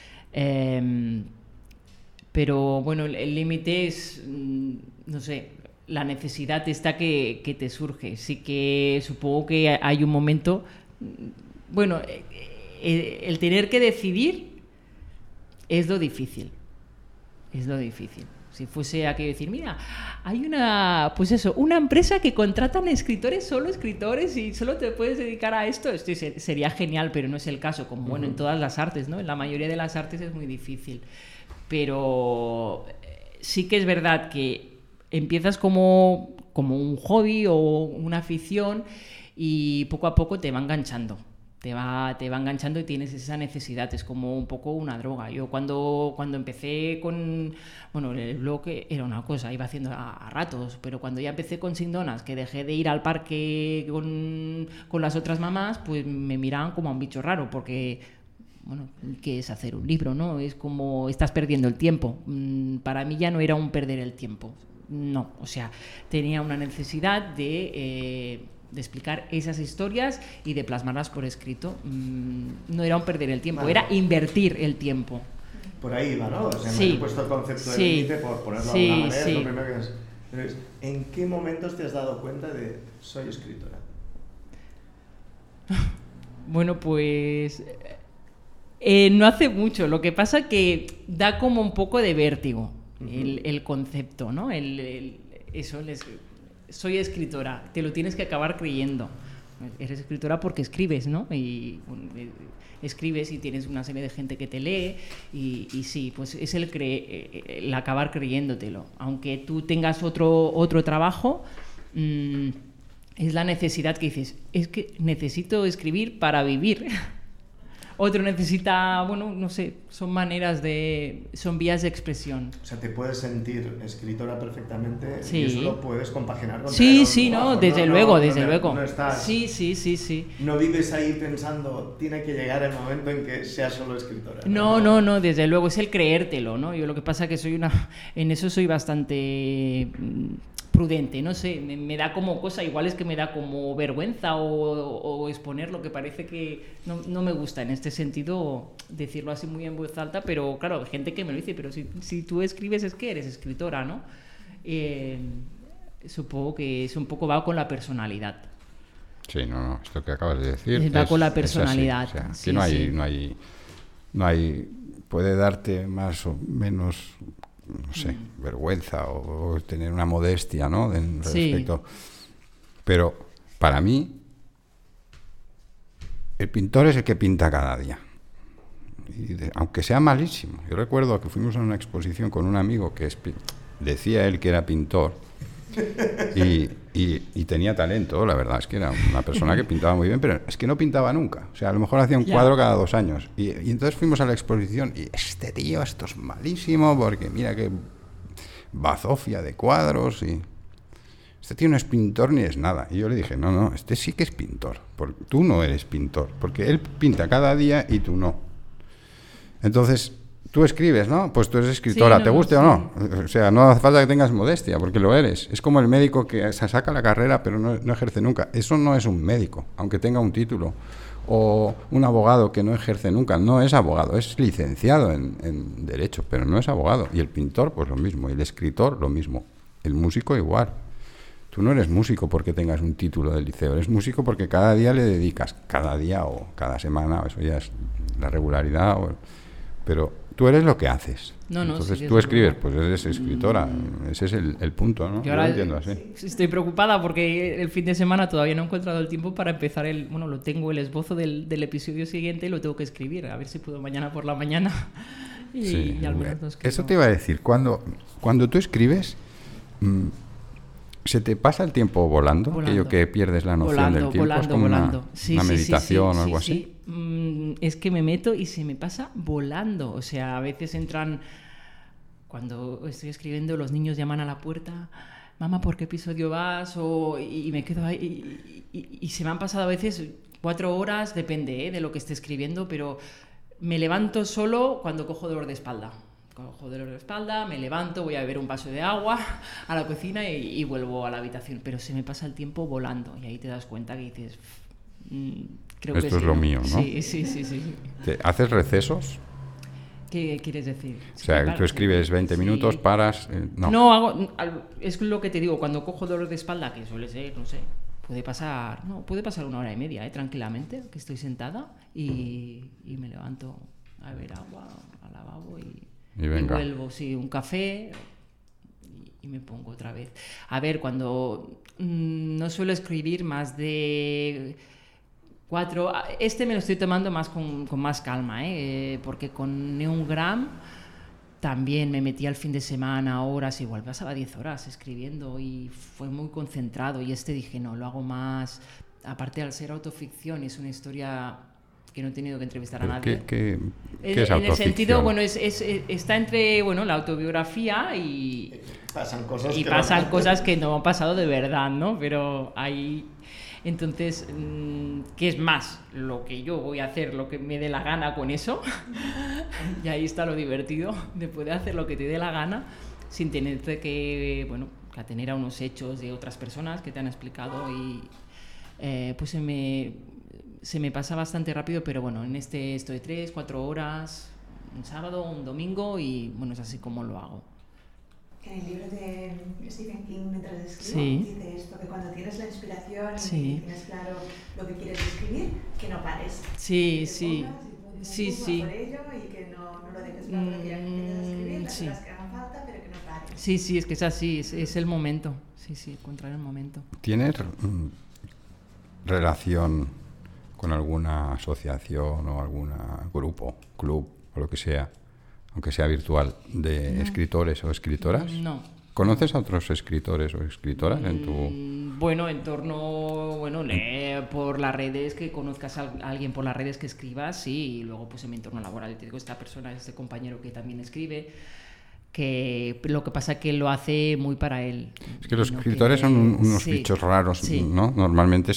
Pero bueno, el límite es, no sé, la necesidad esta que te surge. Sí que supongo que hay un momento, bueno, el tener que decidir es lo difícil. Es lo difícil. Si fuese aquello decir, mira, hay una empresa que contratan escritores, solo escritores, y solo te puedes dedicar a esto sería genial, pero no es el caso, como bueno, en todas las artes, ¿no? En la mayoría de las artes es muy difícil. Pero sí que es verdad que empiezas como un hobby o una afición y poco a poco te va enganchando. Te va enganchando y tienes esa necesidad, es como un poco una droga. Yo cuando empecé con... Bueno, el blog era una cosa, iba haciendo a ratos, pero cuando ya empecé con Sin Donas, que dejé de ir al parque con las otras mamás, pues me miraban como a un bicho raro, porque... Bueno, ¿qué es hacer un libro, no? Es como estás perdiendo el tiempo. Para mí ya no era un perder el tiempo. No, o sea, tenía una necesidad de explicar esas historias y de plasmarlas por escrito. No era un perder el tiempo, era invertir el tiempo. Por ahí va, ¿no? O sea, Sí. me he puesto el concepto de límite por ponerlo de alguna manera. Lo primero que es, pero ¿en qué momentos te has dado cuenta de soy escritora? Bueno, pues... no hace mucho, lo que pasa que da como un poco de vértigo el concepto, ¿no? Soy escritora, te lo tienes que acabar creyendo, eres escritora porque escribes, ¿no? Y escribes y tienes una serie de gente que te lee y sí, pues es el acabar creyéndotelo. Aunque tú tengas otro trabajo, es la necesidad que dices, es que necesito escribir para vivir. Otro necesita, bueno, no sé, son vías de expresión. O sea, te puedes sentir escritora perfectamente sí. y eso lo puedes compaginar con sí, no, desde luego. No estás, sí. No vives ahí pensando, tiene que llegar el momento en que seas solo escritora. No, desde luego, es el creértelo, ¿no? Yo lo que pasa es que en eso soy bastante prudente, no sé, me da como cosa, igual es que me da como vergüenza o exponer lo que parece que no me gusta en este sentido decirlo así muy en voz alta, pero claro, hay gente que me lo dice, pero si tú escribes es que eres escritora, ¿no? Supongo que es un poco va con la personalidad. Sí, no, esto que acabas de decir va con la personalidad. O sea, sí, aquí no hay puede darte más o menos, no sé, vergüenza o tener una modestia, ¿no? Respecto. Pero para mí el pintor es el que pinta cada día. Aunque sea malísimo. Yo recuerdo que fuimos a una exposición con un amigo que decía él que era pintor y tenía talento, la verdad es que era una persona que pintaba muy bien, pero es que no pintaba nunca. O sea, a lo mejor hacía un cuadro cada 2 años. Y entonces fuimos a la exposición y este tío, esto es malísimo porque mira qué bazofia de cuadros y... Este tío no es pintor ni es nada. Y yo le dije, no, este sí que es pintor. Porque tú no eres pintor, porque él pinta cada día y tú no. Entonces, tú escribes, ¿no? Pues tú eres escritora, ¿te guste o no? O sea, no hace falta que tengas modestia, porque lo eres. Es como el médico que se saca la carrera pero no ejerce nunca. Eso no es un médico, aunque tenga un título. O un abogado que no ejerce nunca. No es abogado, es licenciado en Derecho, pero no es abogado. Y el pintor, pues lo mismo. Y el escritor, lo mismo. El músico, igual. Tú no eres músico porque tengas un título del liceo, eres músico porque cada día le dedicas, cada día o cada semana, eso ya es la regularidad, pero tú eres lo que haces. Entonces tú escribes, pues eres escritora, ese es el punto, ¿no? Yo lo entiendo así. Estoy preocupada porque el fin de semana todavía no he encontrado el tiempo para empezar lo tengo el esbozo del episodio siguiente y lo tengo que escribir, a ver si puedo mañana por la mañana. Y al menos eso te iba a decir, cuando tú escribes... ¿Se te pasa el tiempo volando? Aquello que pierdes la noción del tiempo. Es como una meditación o algo así. Es que me meto y se me pasa volando. O sea, a veces entran... Cuando estoy escribiendo, los niños llaman a la puerta. Mamá, ¿por qué episodio vas? Y me quedo ahí. Y se me han pasado a veces 4 horas, depende de lo que esté escribiendo, pero me levanto solo cuando cojo dolor de espalda. Cojo dolor de espalda, me levanto, voy a beber un vaso de agua a la cocina y vuelvo a la habitación. Pero se me pasa el tiempo volando y ahí te das cuenta que dices, creo que esto es lo mío, ¿no? Sí. ¿Haces recesos? ¿Qué quieres decir? O sea, tú escribes 20 minutos, paras... No, es lo que te digo, cuando cojo dolor de espalda, que suele ser, no sé, puede pasar 1 hora y media, tranquilamente, que estoy sentada y me levanto a beber agua, al lavabo y vuelvo, un café y me pongo otra vez. A ver, cuando no suelo escribir más de 4... me lo estoy tomando más con más calma, porque con Neungram también me metí al fin de semana horas, igual pasaba 10 horas escribiendo y fue muy concentrado. Y dije, no, lo hago más... Aparte, al ser autoficción, es una historia... que no he tenido que entrevistar a nadie. ¿Qué es autoficción? En el sentido, está entre la autobiografía y pasan cosas cosas que no han pasado de verdad, ¿no? Pero hay... Entonces, ¿qué es más? Lo que yo voy a hacer, lo que me dé la gana con eso. Y ahí está lo divertido, de poder hacer lo que te dé la gana sin tenerte que atener a unos hechos de otras personas que te han explicado y pues se me pasa bastante rápido, pero en estoy 3-4 horas, un sábado, un domingo y es así como lo hago. En el libro de Stephen King, mientras escribo, dice esto, que cuando tienes la inspiración y tienes claro lo que quieres escribir, que no pares. Sí. Por ello y que no lo dejes para otro día que empiezas a escribir, las cosas que hagan falta, pero que no pares. Sí, es que es así, es el momento. Sí, encontrar el momento. relación con alguna asociación o algún grupo, club o lo que sea, aunque sea virtual, de escritores o escritoras? No. ¿Conoces a otros escritores o escritoras en tu...? Bueno, en torno, lee por las redes, que conozcas a alguien por las redes que escribas, sí, y luego pues en mi entorno laboral, te digo, esta persona, este compañero que también escribe, que lo que pasa es que lo hace muy para él. Es que los escritores son unos bichos raros, ¿no? Normalmente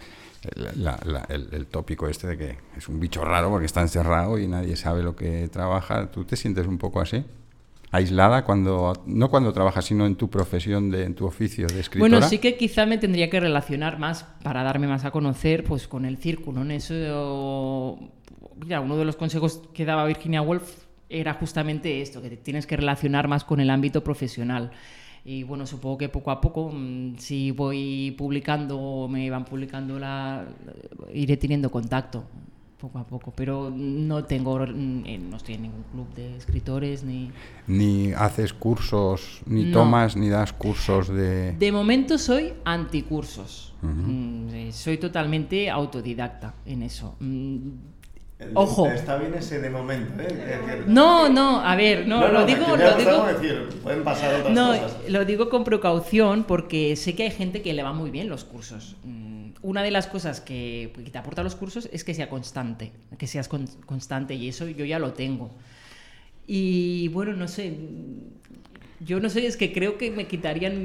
el tópico este de que es un bicho raro porque está encerrado y nadie sabe lo que trabaja. ¿Tú te sientes un poco así? ¿Aislada no cuando trabajas, sino en tu profesión, en tu oficio de escritora? Bueno, sí que quizá me tendría que relacionar más para darme más a conocer pues con el círculo. En eso, mira, uno de los consejos que daba Virginia Woolf era justamente esto, que te tienes que relacionar más con el ámbito profesional. Y bueno, supongo que poco a poco, si voy publicando, me van publicando, iré teniendo contacto. Poco a poco, pero no estoy en ningún club de escritores ni haces cursos, ni tomas, ni das cursos de momento soy anticursos. Soy totalmente autodidacta en eso. Ojo. Está bien ese de momento, No, a ver, lo digo pueden pasar otras cosas. Lo digo con precaución porque sé que hay gente que le va muy bien los cursos. Una de las cosas que te aporta los cursos es que seas constante y eso yo ya lo tengo. Y bueno, no sé, yo no sé, es que creo que me quitarían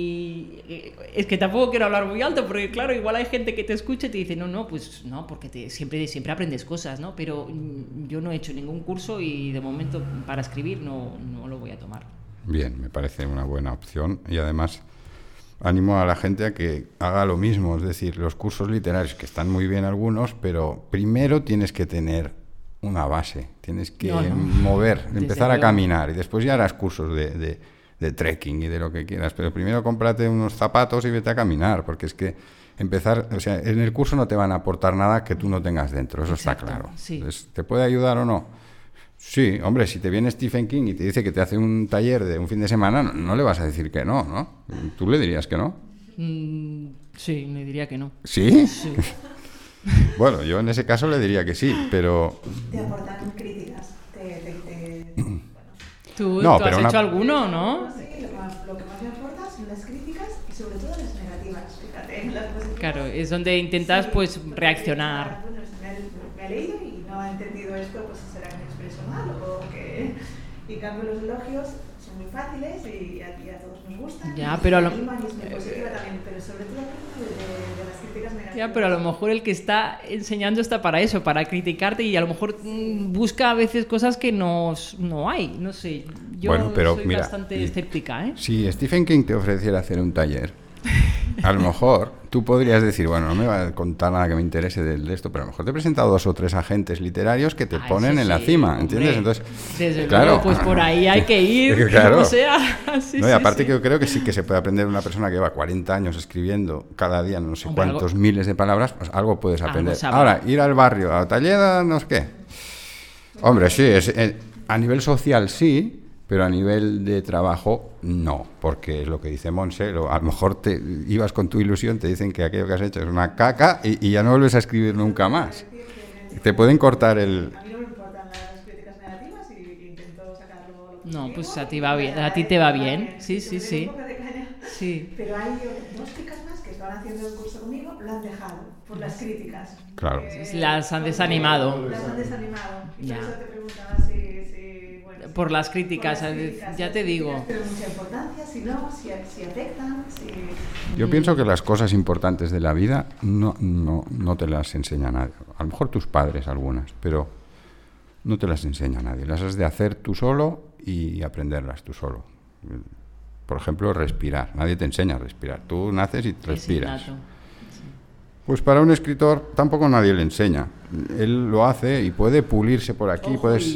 es que tampoco quiero hablar muy alto porque claro, igual hay gente que te escucha y te dice pues no, porque siempre aprendes cosas, ¿no? Pero yo no he hecho ningún curso y de momento para escribir no lo voy a tomar. Bien, me parece una buena opción y además animo a la gente a que haga lo mismo, es decir, los cursos literarios, que están muy bien algunos, pero primero tienes que tener una base, tienes que empezar a caminar y después ya harás cursos de trekking y de lo que quieras, pero primero cómprate unos zapatos y vete a caminar, porque es que empezar, o sea, en el curso no te van a aportar nada que tú no tengas dentro, eso está claro. Sí. Entonces, ¿te puede ayudar o no? Sí, hombre, si te viene Stephen King y te dice que te hace un taller de un fin de semana, no le vas a decir que no, ¿no? ¿Tú le dirías que no? Sí, le diría que no. ¿Sí? Sí. Bueno, yo en ese caso le diría que sí, pero... Te aportan críticas. ¿Tú has hecho alguno, no? Sí, lo que más me aporta son las críticas y sobre todo las negativas. Fíjate, las positivas. Claro, es donde intentas pues reaccionar. Bueno, me he leído y no he entendido esto, pues será que me expreso mal o que... Y en cambio los elogios son muy fáciles y a todos nos gustan. Ya, pero y es muy positiva también, pero sobre todo de las críticas negativas. Ya, pero a lo mejor el que está enseñando está para eso, para criticarte y a lo mejor busca a veces cosas que no hay, no sé. Yo soy bastante escéptica, ¿eh? Si Stephen King te ofreciera hacer un taller, a lo mejor tú podrías decir, bueno, no me va a contar nada que me interese de esto, pero a lo mejor te he presentado 2 o 3 agentes literarios que te ponen en la cima, ¿entiendes? Hombre, entonces, desde claro, luego, pues por ahí hay que ir, claro. O sea, Y aparte que yo creo que sí que se puede aprender de una persona que lleva 40 años escribiendo cada día no sé cuántos miles de palabras, pues algo puedes aprender. Ahora, ir al barrio, a Talleda, no sé qué. Hombre, sí, a nivel social sí, pero a nivel de trabajo no, porque es lo que dice Monse, a lo mejor te ibas con tu ilusión, te dicen que aquello que has hecho es una caca y ya no vuelves a escribir nunca más. Te pueden cortar el... A mí no me importan las críticas negativas y intento sacarlo. No, pues a ti te va bien. Sí. Sí. Pero hay 2 chicas más que estaban haciendo el curso conmigo, lo han dejado por las críticas. Claro. Las han desanimado. Las han desanimado. Y Ya. por eso te preguntaba si por las críticas, ya te digo. Pero mucha importancia, si no, si afectan, Yo pienso que las cosas importantes de la vida no te las enseña nadie. A lo mejor tus padres algunas, pero no te las enseña nadie. Las has de hacer tú solo y aprenderlas tú solo. Por ejemplo, respirar. Nadie te enseña a respirar. Tú naces y respiras. Sí. Pues para un escritor tampoco nadie le enseña. Él lo hace y puede pulirse por aquí.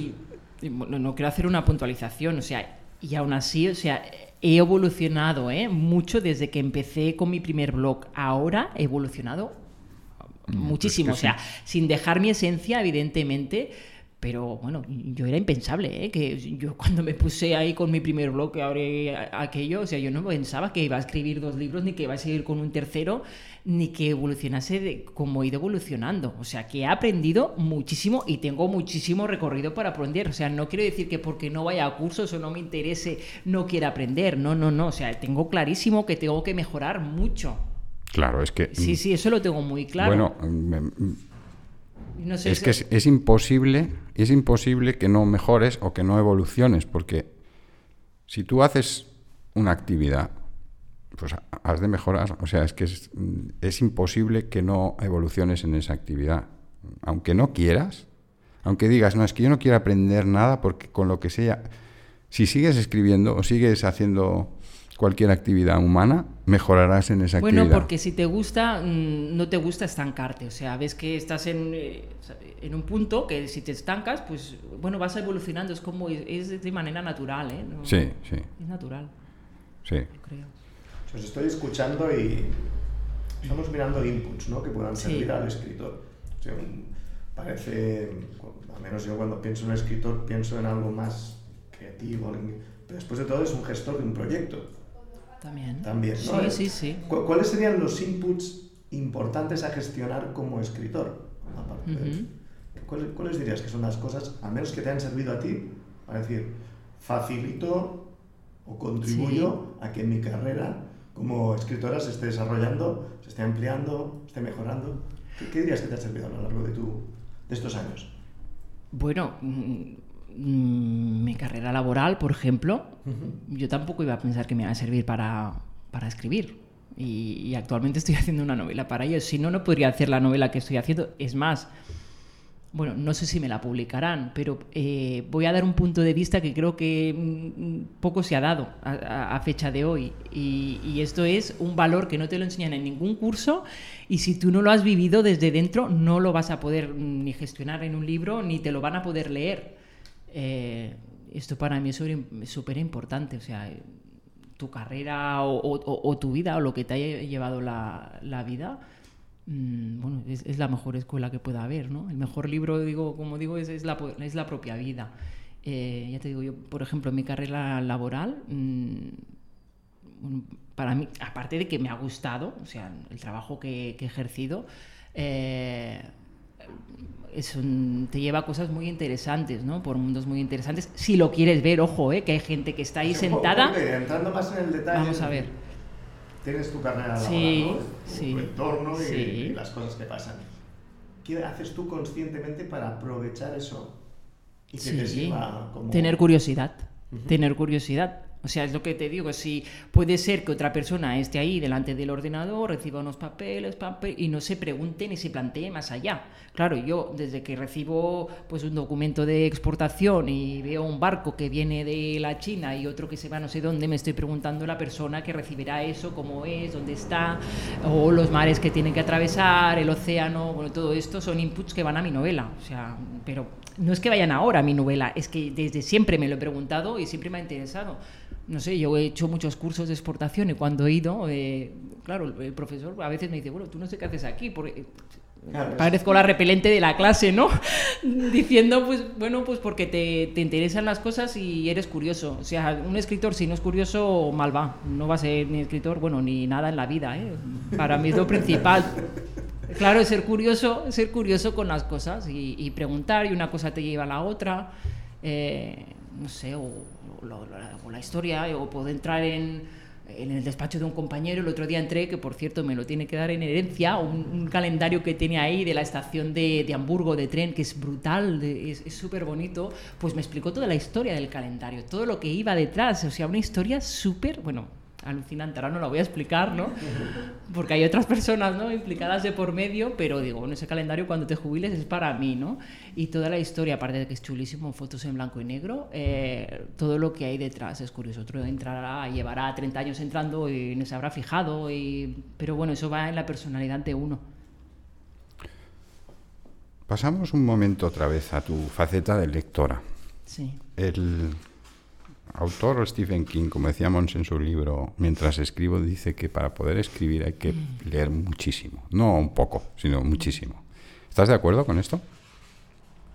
No quiero hacer una puntualización, o sea, y aún así, o sea, he evolucionado mucho desde que empecé con mi primer blog. Ahora he evolucionado muchísimo, o sea, sin dejar mi esencia, evidentemente, Pero bueno, yo era impensable, ¿eh? Que yo cuando me puse ahí con mi primer blog, que abrí aquello, o sea, yo no pensaba que iba a escribir 2 libros, ni que iba a seguir con un tercero, ni que evolucionase como he ido evolucionando. O sea, que he aprendido muchísimo y tengo muchísimo recorrido para aprender. O sea, no quiero decir que porque no vaya a cursos o no me interese no quiera aprender. No. O sea, tengo clarísimo que tengo que mejorar mucho. Claro, es que... Sí, eso lo tengo muy claro. Bueno, no sé, es que es imposible que no mejores o que no evoluciones, porque si tú haces una actividad, pues has de mejorar. O sea, es que es imposible que no evoluciones en esa actividad. Aunque no quieras, aunque digas, no, es que yo no quiero aprender nada, porque con lo que sea, si sigues escribiendo o sigues haciendo cualquier actividad humana, mejorarás en esa actividad. Bueno, porque si te gusta, no te gusta estancarte. O sea, ves que estás en un punto que si te estancas, pues bueno, vas evolucionando. Es como, es de manera natural, ¿eh? No, Sí. Es natural. Sí. Yo creo. Os estoy escuchando y estamos mirando inputs, ¿no?, que puedan servir al escritor. O sea, parece, al menos yo cuando pienso en un escritor, pienso en algo más creativo, pero después de todo es un gestor de un proyecto. También, ¿no? Sí. ¿Cuáles serían los inputs importantes a gestionar como escritor? Aparte de ¿cuáles dirías que son las cosas, al menos que te han servido a ti, para decir, facilito o contribuyo a que mi carrera como escritora se esté desarrollando, se esté ampliando, esté mejorando? ¿Qué dirías que te ha servido a lo largo de estos años? Bueno, mi carrera laboral, por ejemplo, yo tampoco iba a pensar que me iba a servir para escribir. Y actualmente estoy haciendo una novela para ello. Si no, no podría hacer la novela que estoy haciendo. Es más, bueno, no sé si me la publicarán, pero voy a dar un punto de vista que creo que poco se ha dado a fecha de hoy. Y esto es un valor que no te lo enseñan en ningún curso, y si tú no lo has vivido desde dentro, no lo vas a poder ni gestionar en un libro, ni te lo van a poder leer. Esto para mí es súper importante. O sea, tu carrera o tu vida o lo que te haya llevado la vida, bueno, es la mejor escuela que pueda haber, ¿no? El mejor libro, es la propia vida. Ya te digo, yo, por ejemplo, en mi carrera laboral, bueno, para mí, aparte de que me ha gustado, o sea, el trabajo que he ejercido, te lleva a cosas muy interesantes, ¿no? Por mundos muy interesantes. Si lo quieres ver, ojo, que hay gente que está ahí sentada. Entrando más en el detalle. Vamos a ver. Tienes tu carrera laboral, sí, ¿no? Tu entorno y las cosas que pasan. ¿Qué haces tú conscientemente para aprovechar eso y que te sirva como... Tener curiosidad. Tener curiosidad. O sea, es lo que te digo, si puede ser que otra persona esté ahí delante del ordenador, reciba unos papeles y no se pregunte ni se plantee más allá. Claro, yo desde que recibo pues un documento de exportación y veo un barco que viene de la China y otro que se va no sé dónde, me estoy preguntando la persona que recibirá eso, cómo es, dónde está, o los mares que tienen que atravesar, el océano. Bueno, todo esto son inputs que van a mi novela. O sea, pero no es que vayan ahora a mi novela, es que desde siempre me lo he preguntado y siempre me ha interesado. No sé, yo he hecho muchos cursos de exportación y cuando he ido, claro, el profesor a veces me dice, bueno, tú no sé qué haces aquí, porque parezco la repelente de la clase, ¿no? Diciendo, pues, bueno, pues porque te interesan las cosas y eres curioso. O sea, un escritor si no es curioso, mal va. No va a ser ni escritor, bueno, ni nada en la vida, ¿eh? Para mí es lo principal. Claro, es ser curioso con las cosas y preguntar, y una cosa te lleva a la otra. No sé, o la historia, o puedo entrar en el despacho de un compañero. El otro día entré, que por cierto me lo tiene que dar en herencia, un calendario que tiene ahí de la estación de Hamburgo de tren, que es brutal, es súper bonito. Pues me explicó toda la historia del calendario, todo lo que iba detrás. O sea, una historia súper, bueno, alucinante. Ahora no la voy a explicar, ¿no? Porque hay otras personas, ¿no?, implicadas de por medio, pero digo, bueno, ese calendario cuando te jubiles es para mí, ¿no? Y toda la historia, aparte de que es chulísimo, fotos en blanco y negro, todo lo que hay detrás es curioso. Otro llevará 30 años entrando y no se habrá fijado, pero bueno, eso va en la personalidad de uno. Pasamos un momento otra vez a tu faceta de lectora. Sí. El autor Stephen King, como decíamos en su libro Mientras escribo, dice que para poder escribir hay que leer muchísimo. No un poco, sino muchísimo. ¿Estás de acuerdo con esto?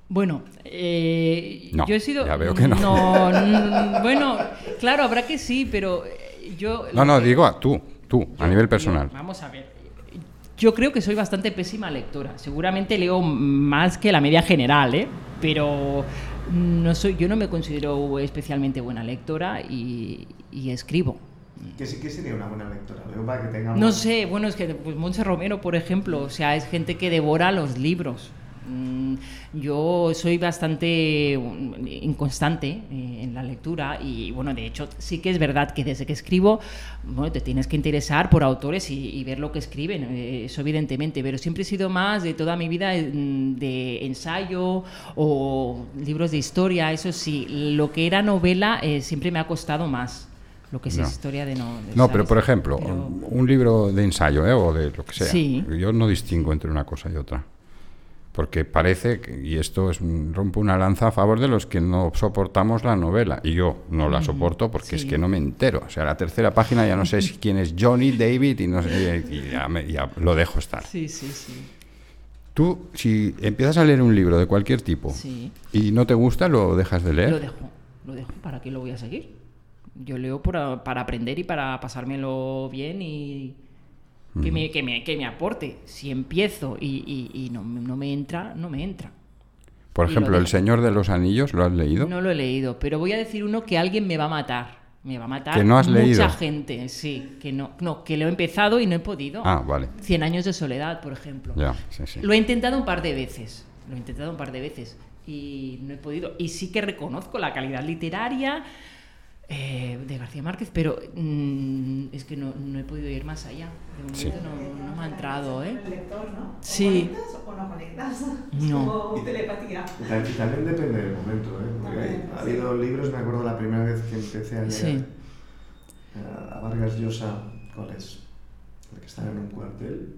Bueno, No, yo he sido... ya veo que no. Bueno, claro, habrá que sí, pero yo... No, digo tú, a nivel personal. Vamos a ver. Yo creo que soy bastante pésima lectora. Seguramente leo más que la media general, ¿eh? Pero yo no me considero especialmente buena lectora y escribo. ¿Qué sería una buena lectora? Leo para que tengamos... No sé, bueno, es que pues Montse Romero, por ejemplo, o sea, es gente que devora los libros. Yo soy bastante inconstante en la lectura y, bueno, de hecho, sí que es verdad que desde que escribo, bueno, te tienes que interesar por autores y ver lo que escriben, eso evidentemente, pero siempre he sido más de toda mi vida de ensayo o libros de historia, eso sí, lo que era novela siempre me ha costado más. Lo que es historia de no... No, pero por ejemplo, un libro de ensayo, o de lo que sea, sí. Yo no distingo entre una cosa y otra. Porque parece, y esto rompe una lanza a favor de los que no soportamos la novela. Y yo no la soporto porque es que no me entero. O sea, la tercera página ya no sé quién es Johnny, David, y no sé, y ya lo dejo estar. Sí. Tú, si empiezas a leer un libro de cualquier tipo y no te gusta, ¿lo dejas de leer? Lo dejo. ¿Para qué lo voy a seguir? Yo leo para aprender y para pasármelo bien y... Que me aporte. Si empiezo y no me entra, no me entra. Por ejemplo, El Señor de los Anillos, ¿lo has leído? No lo he leído, pero voy a decir uno que alguien me va a matar. Me va a matar ¿Que no has mucha leído? gente, sí. Que no, que lo he empezado y no he podido. Ah, vale. 100 años de soledad, por ejemplo. Ya, sí. Lo he intentado un par de veces. Y no he podido. Y sí que reconozco la calidad literaria de García Márquez, pero es que no he podido ir más allá. De momento no me ha entrado, ¿eh? El lector, ¿no? Sí. ¿Conectas o no conectas? No. Es como telepatía. Y también depende del momento, ¿eh? Porque ha habido libros, me acuerdo la primera vez que empecé a leer a Vargas Llosa, ¿cuál es? El que estaba en un cuartel.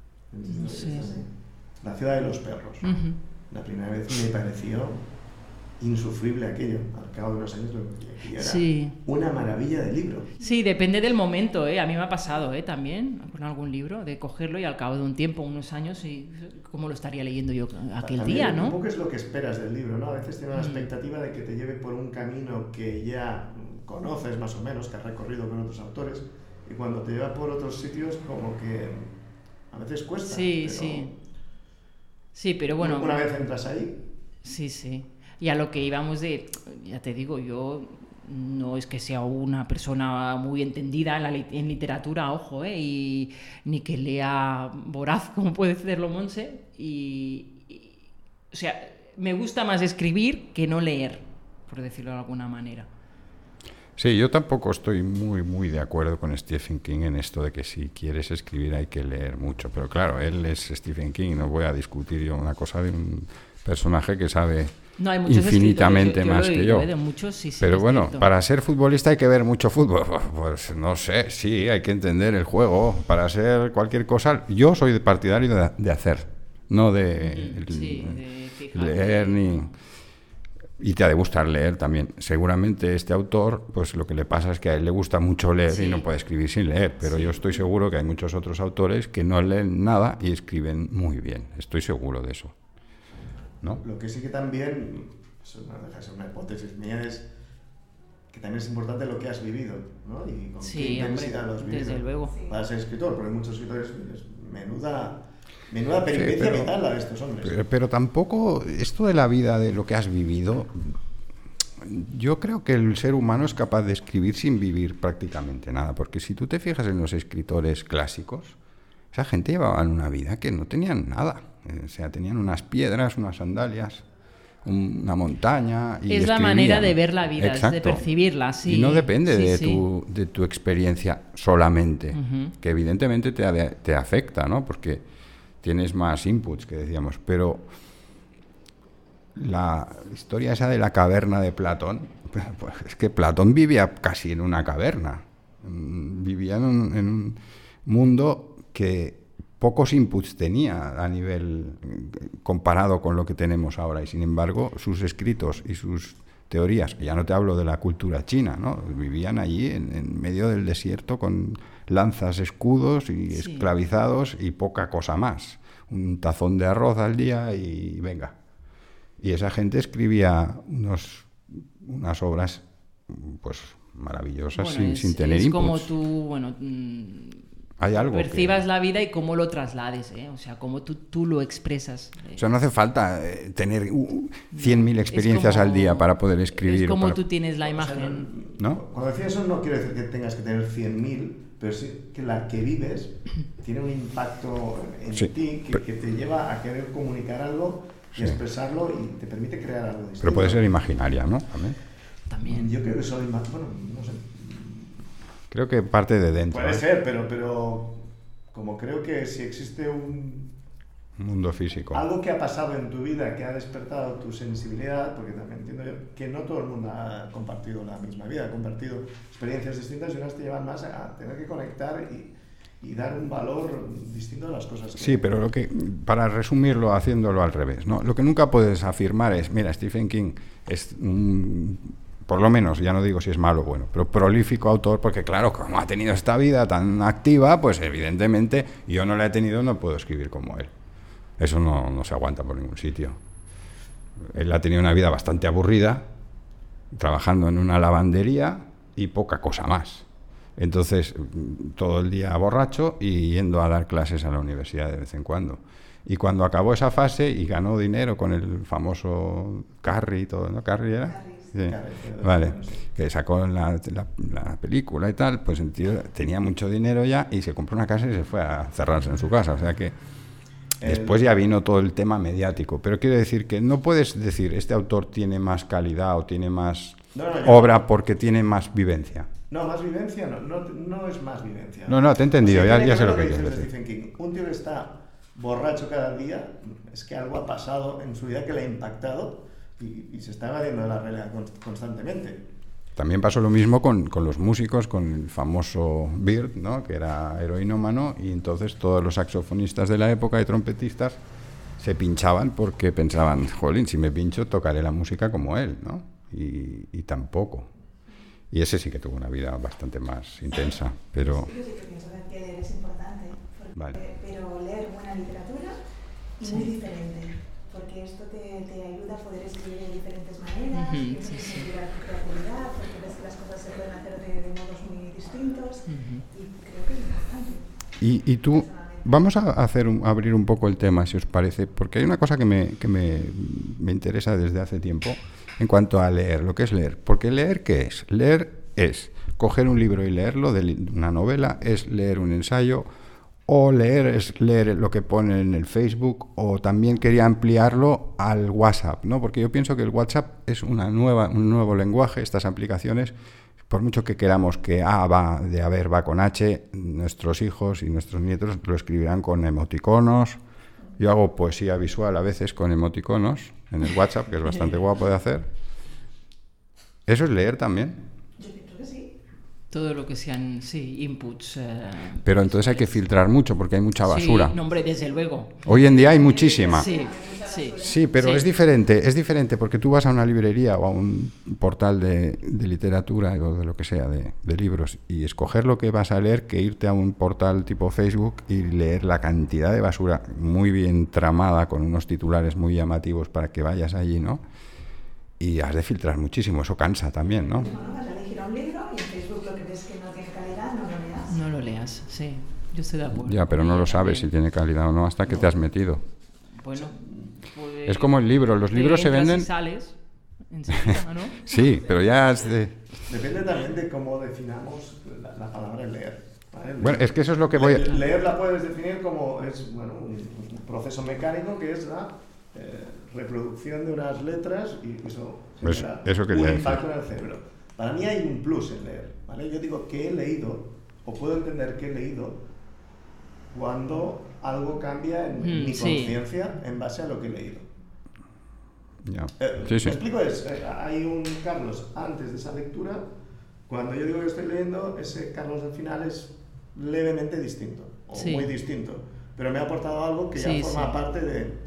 La ciudad de los perros. Uh-huh. La primera vez me pareció insufrible aquello. Al cabo de unos años era una maravilla de libro. Sí, depende del momento, ¿eh? A mí me ha pasado, también con algún libro, de cogerlo y al cabo de un tiempo, unos años, y cómo lo estaría leyendo yo aquel día, ¿no? Un poco es lo que esperas del libro, ¿no? A veces tiene la expectativa de que te lleve por un camino que ya conoces más o menos, que has recorrido con otros autores, y cuando te lleva por otros sitios como que a veces cuesta. Sí, pero bueno... Una vez entras ahí... Sí. Y a lo que íbamos ya te digo, yo no es que sea una persona muy entendida en literatura, ojo, ni que lea voraz como puede hacerlo Montse, o sea, me gusta más escribir que no leer, por decirlo de alguna manera. Sí, yo tampoco estoy muy de acuerdo con Stephen King en esto de que si quieres escribir hay que leer mucho, pero claro, él es Stephen King, no voy a discutir yo una cosa de un personaje que sabe... No, hay muchos infinitamente más que yo. De muchos, sí, pero bueno, para ser futbolista hay que ver mucho fútbol. Pues no sé, sí, hay que entender el juego. Para hacer cualquier cosa, yo soy partidario de hacer, no de leer ni... Y te ha de gustar leer también. Seguramente este autor, pues lo que le pasa es que a él le gusta mucho leer y no puede escribir sin leer. Pero yo estoy seguro que hay muchos otros autores que no leen nada y escriben muy bien. Estoy seguro de eso. ¿No? Lo que sí que también, eso no deja de ser una hipótesis mía, es que también es importante lo que has vivido, ¿no? Y con qué intensidad lo has vivido. Desde luego. Para ser escritor, porque hay muchos escritores, menuda peripecia vital la de estos hombres. Pero tampoco, esto de la vida, de lo que has vivido, yo creo que el ser humano es capaz de escribir sin vivir prácticamente nada, porque si tú te fijas en los escritores clásicos, esa gente llevaba una vida que no tenían nada. O sea, tenían unas piedras, unas sandalias, una montaña y es la manera de ver la vida, de percibirla, sí. Y no depende de tu experiencia solamente, que evidentemente te afecta, ¿no? Porque tienes más inputs, que decíamos. Pero la historia esa de la caverna de Platón, pues es que Platón vivía casi en una caverna. Vivía en un mundo que pocos inputs tenía a nivel comparado con lo que tenemos ahora, y sin embargo sus escritos y sus teorías, que ya no te hablo de la cultura china, ¿no? Vivían allí en medio del desierto con lanzas, escudos y esclavizados y poca cosa más, un tazón de arroz al día y venga. Y esa gente escribía unas obras pues maravillosas sin tener es inputs. Como tú, Hay algo percibas la vida y cómo lo traslades, o sea, cómo tú lo expresas. O sea, no hace falta tener 100.000 experiencias al día para poder escribir. Es como tú tienes la imagen. ¿No? Cuando decía eso no quiero decir que tengas que tener 100.000, pero sí que la que vives tiene un impacto en ti que te lleva a querer comunicar algo y expresarlo y te permite crear algo distinto. Pero puede ser imaginaria, ¿no? También. Yo creo que soy más... Bueno, no sé. Creo que parte de dentro. Puede ser, pero como creo que si existe un mundo físico, algo que ha pasado en tu vida que ha despertado tu sensibilidad, porque también entiendo yo que no todo el mundo ha compartido la misma vida, ha compartido experiencias distintas y unas te llevan más a tener que conectar y dar un valor distinto a las cosas que... Sí, pero para resumirlo, haciéndolo al revés, ¿no? Lo que nunca puedes afirmar es, mira, Stephen King es por lo menos, ya no digo si es malo o bueno, pero prolífico autor, porque claro, como ha tenido esta vida tan activa, pues evidentemente yo no la he tenido, no puedo escribir como él. Eso no se aguanta por ningún sitio. Él ha tenido una vida bastante aburrida, trabajando en una lavandería y poca cosa más. Entonces, todo el día borracho y yendo a dar clases a la universidad de vez en cuando. Y cuando acabó esa fase y ganó dinero con el famoso Carrie y todo, ¿no? ¿Carrie era? Sí. Vale, que sacó la película y tal, pues el tío tenía mucho dinero ya y se compró una casa y se fue a cerrarse en su casa. O sea que después ya vino todo el tema mediático. Pero quiero decir que no puedes decir este autor tiene más calidad o tiene más obra porque tiene más vivencia. No, más vivencia no es más vivencia. No, te he entendido, o sea, ya sé lo que quieres decir. Stephen King. Un tío que está borracho cada día, es que algo ha pasado en su vida que le ha impactado y se está evadiendo de la realidad constantemente. También pasó lo mismo con los músicos, con el famoso Bird, ¿no? Que era heroinómano, y entonces todos los saxofonistas de la época y trompetistas se pinchaban porque pensaban, jolín, si me pincho tocaré la música como él, ¿no? Y tampoco. Y ese sí que tuvo una vida bastante más intensa, pero... Yo sí que pienso que leer es importante, pero leer buena literatura y muy diferente, porque esto te ayuda a poder escribir de diferentes maneras, tienes que incentivar tu creatividad, porque ves que las cosas se pueden hacer de modos muy distintos, y creo que es importante. Y tú, vamos a abrir un poco el tema, si os parece, porque hay una cosa que me interesa desde hace tiempo en cuanto a leer, lo que es leer. Porque leer, ¿qué es? Leer es coger un libro y leerlo, de una novela, es leer un ensayo, o leer es leer lo que pone en el Facebook, o también quería ampliarlo al WhatsApp, ¿no? Porque yo pienso que el WhatsApp es un nuevo lenguaje, estas aplicaciones, por mucho que queramos que A va con H, nuestros hijos y nuestros nietos lo escribirán con emoticonos. Yo hago poesía visual a veces con emoticonos en el WhatsApp, que es bastante guapo de hacer. ¿Eso es leer también? Yo pienso que sí. Todo lo que sean, inputs. Pero entonces hay que filtrar mucho porque hay mucha basura. Sí, hombre, desde luego. Hoy en día hay muchísima. Sí, pero es diferente porque tú vas a una librería o a un portal de literatura o de lo que sea, de libros, y escoger lo que vas a leer que irte a un portal tipo Facebook y leer la cantidad de basura muy bien tramada con unos titulares muy llamativos para que vayas allí, ¿no? Y has de filtrar muchísimo, eso cansa también, ¿no? Bueno, vas a elegir un libro y en Facebook lo que ves que no tiene calidad, no lo leas. No lo leas, sí, yo estoy de acuerdo. Ya, pero no lo sabes si tiene calidad o no hasta que te has metido. Bueno, pues es como el libro, los libros se venden... Y sales enseguida, ¿no? Sí, pero ya es de... Depende también de cómo definamos la palabra leer. ¿Vale? Bueno, es que eso es lo que voy a... Leer la puedes definir como un proceso mecánico que es la reproducción de unas letras y eso pues genera un impacto en el cerebro. Para mí hay un plus en leer, ¿vale? Yo digo que he leído, o puedo entender que he leído, cuando algo cambia en mi conciencia en base a lo que he leído. Ya. Me explico, hay un Carlos antes de esa lectura, cuando yo digo que estoy leyendo, ese Carlos del final es levemente distinto, o muy distinto, pero me ha aportado algo que ya forma parte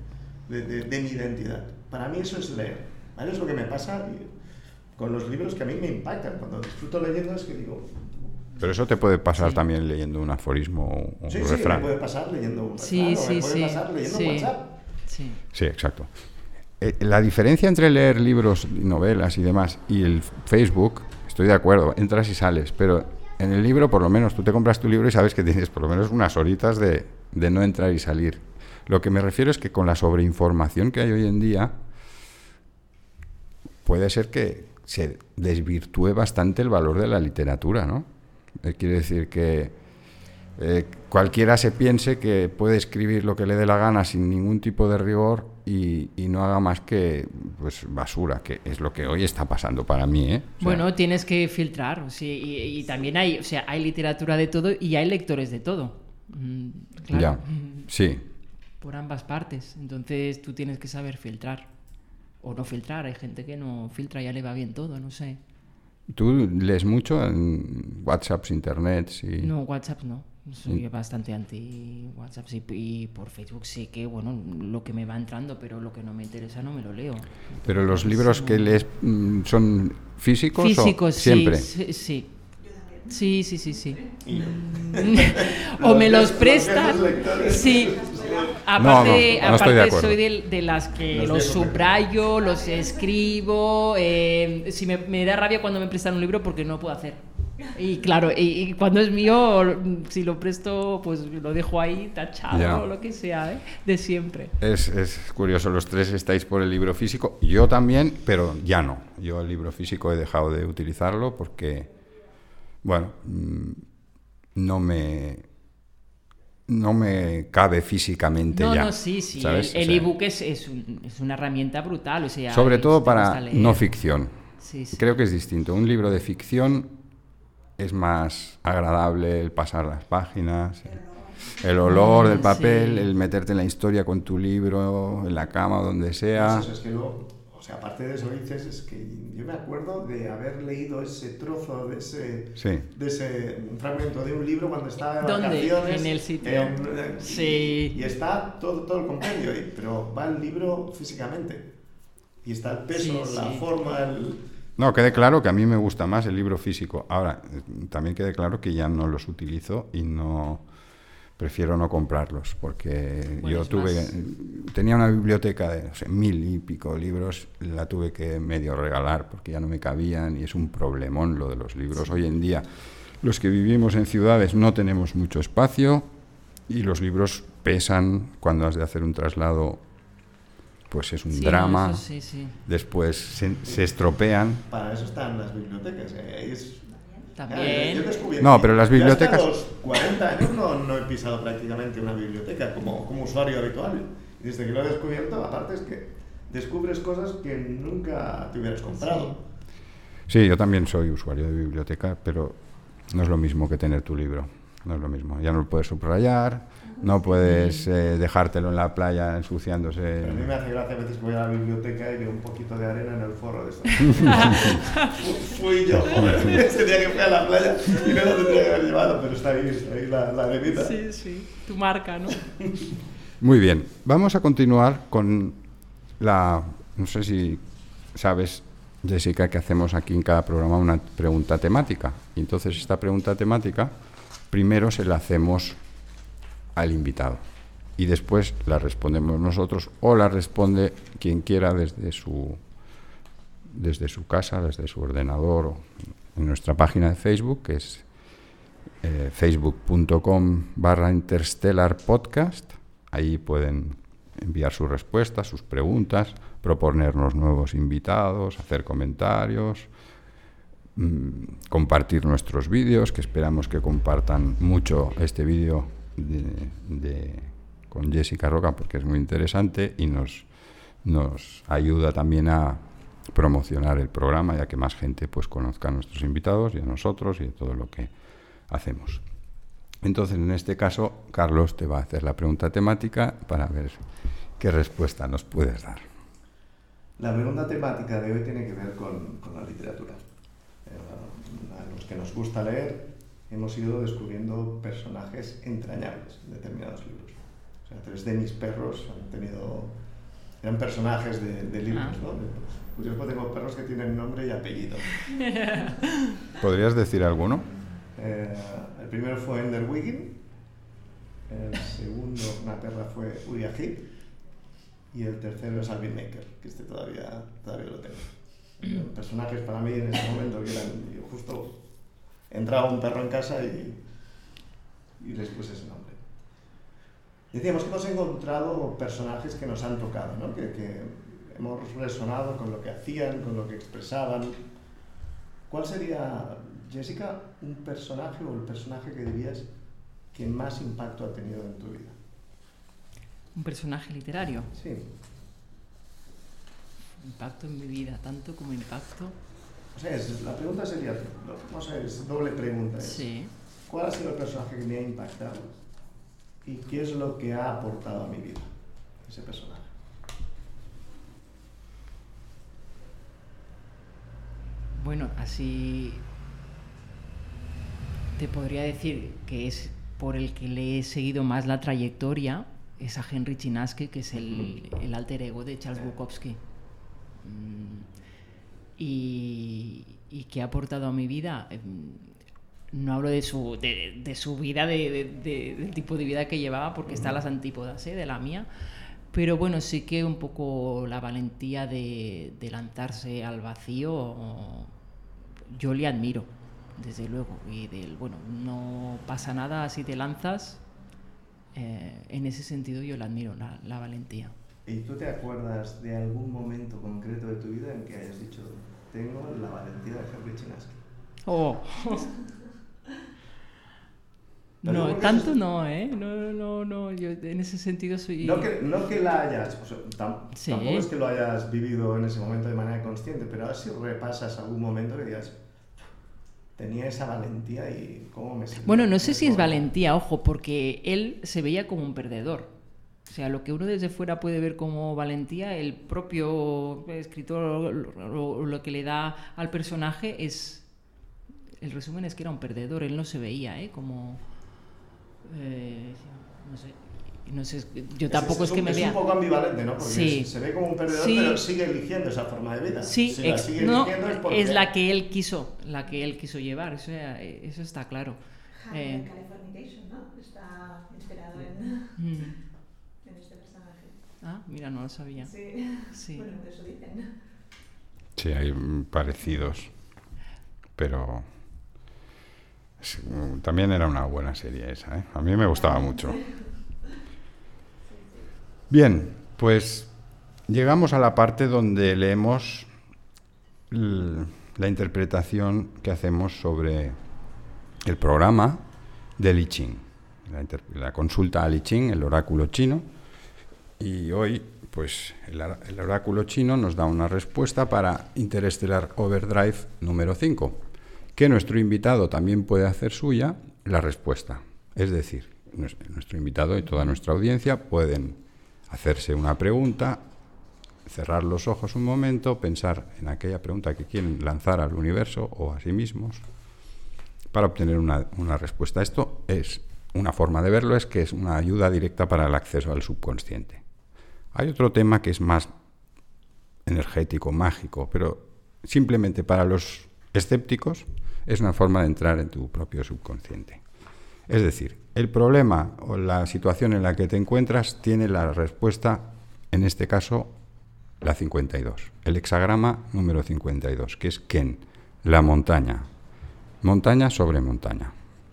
de mi identidad. Para mí eso es leer, ¿vale? Es lo que me pasa con los libros que a mí me impactan. Cuando disfruto leyendo es que digo... Pero eso te puede pasar también leyendo un aforismo o un refrán. Sí, me puede pasar leyendo un refrán, me puede pasar leyendo un WhatsApp. Sí, exacto. la diferencia entre leer libros, novelas y demás y el Facebook, estoy de acuerdo, entras y sales, pero en el libro por lo menos tú te compras tu libro y sabes que tienes por lo menos unas horitas de no entrar y salir. Lo que me refiero es que con la sobreinformación que hay hoy en día puede ser que se desvirtúe bastante el valor de la literatura, ¿no? Quiere decir que cualquiera se piense que puede escribir lo que le dé la gana sin ningún tipo de rigor y no haga más que pues basura, que es lo que hoy está pasando para mí, ¿eh? O sea, bueno, tienes que filtrar, y también hay literatura de todo y hay lectores de todo. Claro. Ya, sí. Por ambas partes. Entonces tú tienes que saber filtrar. O no filtrar. Hay gente que no filtra, ya le va bien todo, no sé. ¿Tú lees mucho en WhatsApps, Internet? Sí. No, WhatsApp no. Soy bastante anti WhatsApp, sí, y por Facebook sí que, bueno, lo que me va entrando, pero lo que no me interesa no me lo leo. ¿Pero los libros que lees son físicos? Físicos, o siempre? Sí. Sí. O me los prestan. Sí. Aparte, no estoy de acuerdo. Soy de las que los subrayo, los escribo. Si me da rabia cuando me prestan un libro porque no puedo hacer. Y claro, y cuando es mío, si lo presto, pues lo dejo ahí tachado o lo que sea, de siempre. Es curioso, los tres estáis por el libro físico. Yo también, pero ya no. Yo el libro físico he dejado de utilizarlo porque, bueno, no me cabe físicamente ya. No, sí. ¿Sabes? El ebook es una herramienta brutal. O sea, sobre todo para no ficción. Sí. Creo que es distinto. Un libro de ficción es más agradable el pasar las páginas, el olor del papel, el meterte en la historia con tu libro, en la cama o donde sea. Eso es que luego, o sea, aparte de eso dices, es que yo me acuerdo de haber leído ese trozo de ese fragmento de un libro cuando estaba de vacaciones. En el sitio. Sí. Y está todo el compendio ahí, pero va el libro físicamente. Y está el peso, la forma, No, quede claro que a mí me gusta más el libro físico. Ahora, también quede claro que ya no los utilizo y prefiero no comprarlos, porque yo tenía una biblioteca de 1000 y pico libros, la tuve que medio regalar porque ya no me cabían y es un problemón lo de los libros. Sí. Hoy en día, los que vivimos en ciudades no tenemos mucho espacio y los libros pesan cuando has de hacer un traslado. Pues es un drama. Sí. Después se estropean. Para eso están las bibliotecas. También. No, pero las bibliotecas. Hasta los 40 años no he pisado prácticamente una biblioteca como usuario habitual. Y desde que lo he descubierto, aparte es que descubres cosas que nunca te hubieras comprado. Sí, yo también soy usuario de biblioteca, pero no es lo mismo que tener tu libro. No es lo mismo. Ya no lo puedes subrayar. No puedes dejártelo en la playa ensuciándose. Pero a mí me hace gracia a veces que voy a la biblioteca y veo un poquito de arena en el forro de esto. Fui yo, joder, ese día que fui a la playa y no lo tendría que haber llevado, pero está ahí la arenita. Sí, tu marca, ¿no? Muy bien, vamos a continuar con no sé si sabes, Jessica, que hacemos aquí en cada programa una pregunta temática. Y entonces esta pregunta temática primero se la hacemos al invitado y después la respondemos nosotros o la responde quien quiera desde su casa, desde su ordenador o en nuestra página de Facebook, que es facebook.com/interstellarpodcast. Ahí pueden enviar sus respuestas, sus preguntas, proponernos nuevos invitados, hacer comentarios, compartir nuestros vídeos, que esperamos que compartan mucho este vídeo con Jessica Roca, porque es muy interesante y nos ayuda también a promocionar el programa y a que más gente pues conozca a nuestros invitados y a nosotros y a todo lo que hacemos. Entonces, en este caso, Carlos te va a hacer la pregunta temática para ver qué respuesta nos puedes dar. La pregunta temática de hoy tiene que ver con la literatura. A los que nos gusta leer, hemos ido descubriendo personajes entrañables en determinados libros. O sea, 3 de mis perros eran personajes de libros, ¿no? Pues yo tengo perros que tienen nombre y apellido. ¿Podrías decir alguno? El primero fue Ender Wiggin, el segundo, una perra, fue Uriah Heep, Y el tercero es Alvin Maker, que todavía lo tengo. Personajes para mí en ese momento que eran, yo justo entraba un perro en casa y les puse ese nombre. Decíamos que hemos encontrado personajes que nos han tocado, ¿no? que hemos resonado con lo que hacían, con lo que expresaban. ¿Cuál sería, Jessica, un personaje o el personaje que dirías que más impacto ha tenido en tu vida? ¿Un personaje literario? Sí. Impacto en mi vida, tanto como impacto. O sea, la pregunta sería, vamos a ver, es doble pregunta. Sí. ¿Cuál ha sido el personaje que me ha impactado? ¿Y qué es lo que ha aportado a mi vida ese personaje? Bueno, así te podría decir que es por el que le he seguido más la trayectoria, es a Henry Chinaski, que es el alter ego de Charles Bukowski. Y que ha aportado a mi vida. No hablo de su vida, del tipo de vida que llevaba, porque está a las antípodas de la mía, pero bueno, sí que un poco la valentía de lanzarse al vacío, yo le admiro, desde luego, y bueno, no pasa nada si te lanzas, en ese sentido yo le admiro, la valentía. ¿Y tú te acuerdas de algún momento concreto de tu vida en que hayas dicho, tengo la valentía de Henry Chinaski? ¡Oh! No, tanto no, ¿eh? No, yo en ese sentido soy... No que la hayas, o sea, sí. Tampoco es que lo hayas vivido en ese momento de manera consciente, pero ahora si repasas algún momento que digas, tenía esa valentía y cómo me sentía. Bueno, no sé si es valentía, ojo, porque él se veía como un perdedor. O sea, lo que uno desde fuera puede ver como valentía, el propio escritor lo que le da al personaje es... El resumen es que era un perdedor, él no se veía como... no sé, yo tampoco es que me vea... Es un poco ambivalente, ¿no? Porque sí. Se ve como un perdedor, sí. Pero sigue eligiendo esa forma de vida. Sí, si la sigue eligiendo es porque... es la que él quiso llevar, eso está claro. Californication, ¿no? Está inspirado en este personaje. Ah, mira, no lo sabía. Sí. Bueno, eso dicen. Sí, hay parecidos, pero... También era una buena serie esa, ¿eh? A mí me gustaba mucho. Bien, pues llegamos a la parte donde leemos la interpretación que hacemos sobre el programa del I Ching, la consulta al I Ching, el oráculo chino. Y hoy, pues el oráculo chino nos da una respuesta para Interstellar Overdrive número 5. Que nuestro invitado también puede hacer suya la respuesta. Es decir, nuestro invitado y toda nuestra audiencia pueden hacerse una pregunta, cerrar los ojos un momento, pensar en aquella pregunta que quieren lanzar al universo o a sí mismos para obtener una respuesta. Esto es una forma de verlo, es que es una ayuda directa para el acceso al subconsciente. Hay otro tema que es más energético, mágico, pero simplemente para los escépticos es una forma de entrar en tu propio subconsciente. Es decir, el problema o la situación en la que te encuentras tiene la respuesta, en este caso, la 52, el hexagrama número 52, que es Ken, la montaña. Montaña sobre montaña.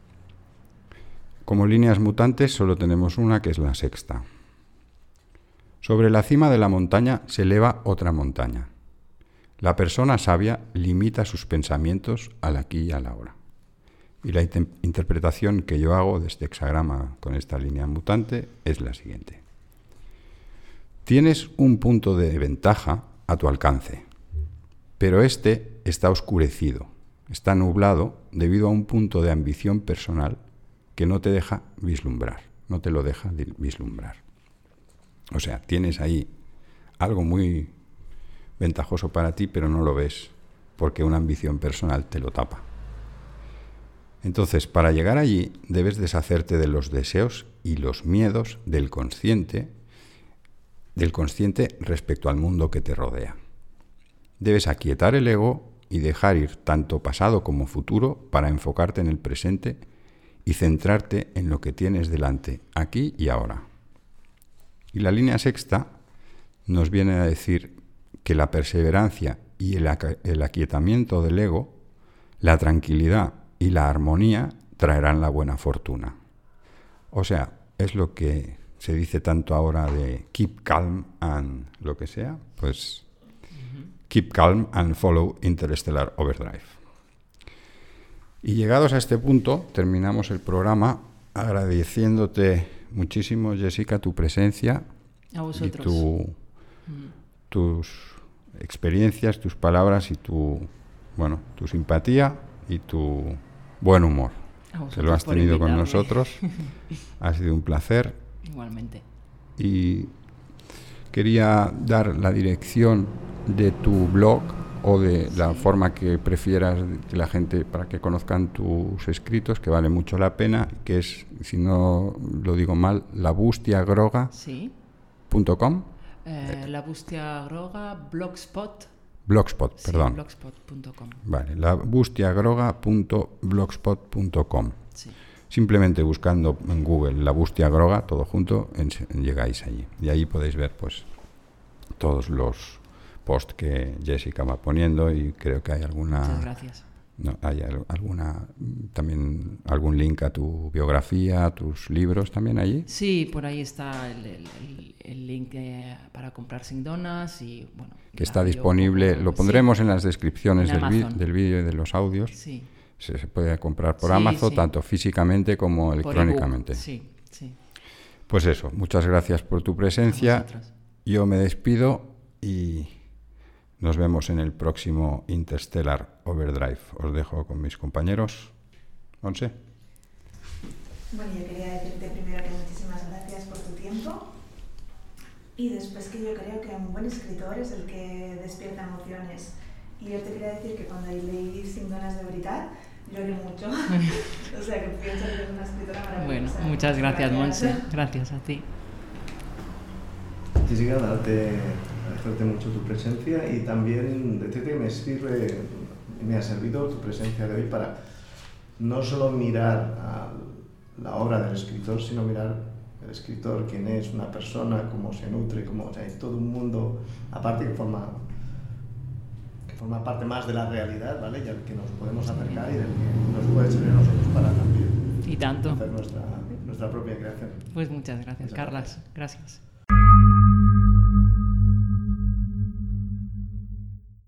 Como líneas mutantes solo tenemos una, que es la sexta. Sobre la cima de la montaña se eleva otra montaña. La persona sabia limita sus pensamientos al aquí y a la ahora. Y la interpretación que yo hago de este hexagrama con esta línea mutante es la siguiente. Tienes un punto de ventaja a tu alcance, pero este está oscurecido, está nublado debido a un punto de ambición personal que no te deja vislumbrar, no te lo deja vislumbrar. O sea, tienes ahí algo muy ventajoso para ti, pero no lo ves, porque una ambición personal te lo tapa. Entonces, para llegar allí, debes deshacerte de los deseos y los miedos del consciente respecto al mundo que te rodea. Debes aquietar el ego y dejar ir tanto pasado como futuro para enfocarte en el presente y centrarte en lo que tienes delante, aquí y ahora. Y la línea sexta nos viene a decir que la perseverancia y el aquietamiento del ego, la tranquilidad y la armonía traerán la buena fortuna. O sea, es lo que se dice tanto ahora de keep calm and lo que sea, pues keep calm and follow Interstellar Overdrive. Y llegados a este punto, terminamos el programa agradeciéndote muchísimo, Jessica, tu presencia a vosotros. Y tus experiencias, tus palabras y tu simpatía y tu buen humor. Que lo has tenido con nosotros. Ha sido un placer. Igualmente. Y quería dar la dirección de tu blog o de la forma que prefieras que la gente, para que conozcan tus escritos, que vale mucho la pena, que es, si no lo digo mal, labustiagroga.com. Sí. Labustiagroga, Blogspot, perdón. Sí, blogspot.com. Vale, labustiagroga.blogspot.com. Sí. Simplemente buscando en Google Labustiagroga, todo junto, llegáis allí. Y ahí podéis ver pues todos los posts que Jessica va poniendo, y creo que hay alguna... Muchas gracias. No, hay también algún link a tu biografía, a tus libros también allí. Sí, por ahí está el link para comprar Sin Donas, y bueno, que está disponible, lo pondremos en las descripciones del vídeo y de los audios. Sí. Se puede comprar por Amazon, tanto físicamente como electrónicamente. Sí. Pues eso, muchas gracias por tu presencia. Yo me despido y nos vemos en el próximo Interstellar Overdrive. Os dejo con mis compañeros. Monse. Bueno, yo quería decirte primero que muchísimas gracias por tu tiempo, y después que yo creo que un buen escritor es el que despierta emociones. Y yo te quería decir que cuando leí Sin Donas de Veritat, lloré mucho. O sea, que pienso que eres una escritora maravillosa. Bueno, muchas gracias, Monse. Gracias a ti. Jessica, agradecerte mucho tu presencia, y también decirte que me ha servido tu presencia de hoy para no solo mirar a la obra del escritor, sino mirar el escritor, quién es, una persona, cómo se nutre, o sea, hay todo un mundo aparte que forma parte más de la realidad, ¿vale? Y al que nos podemos acercar y del que nos puede servir a nosotros para también y tanto hacer nuestra propia creación. Pues muchas gracias, Carlas. Gracias.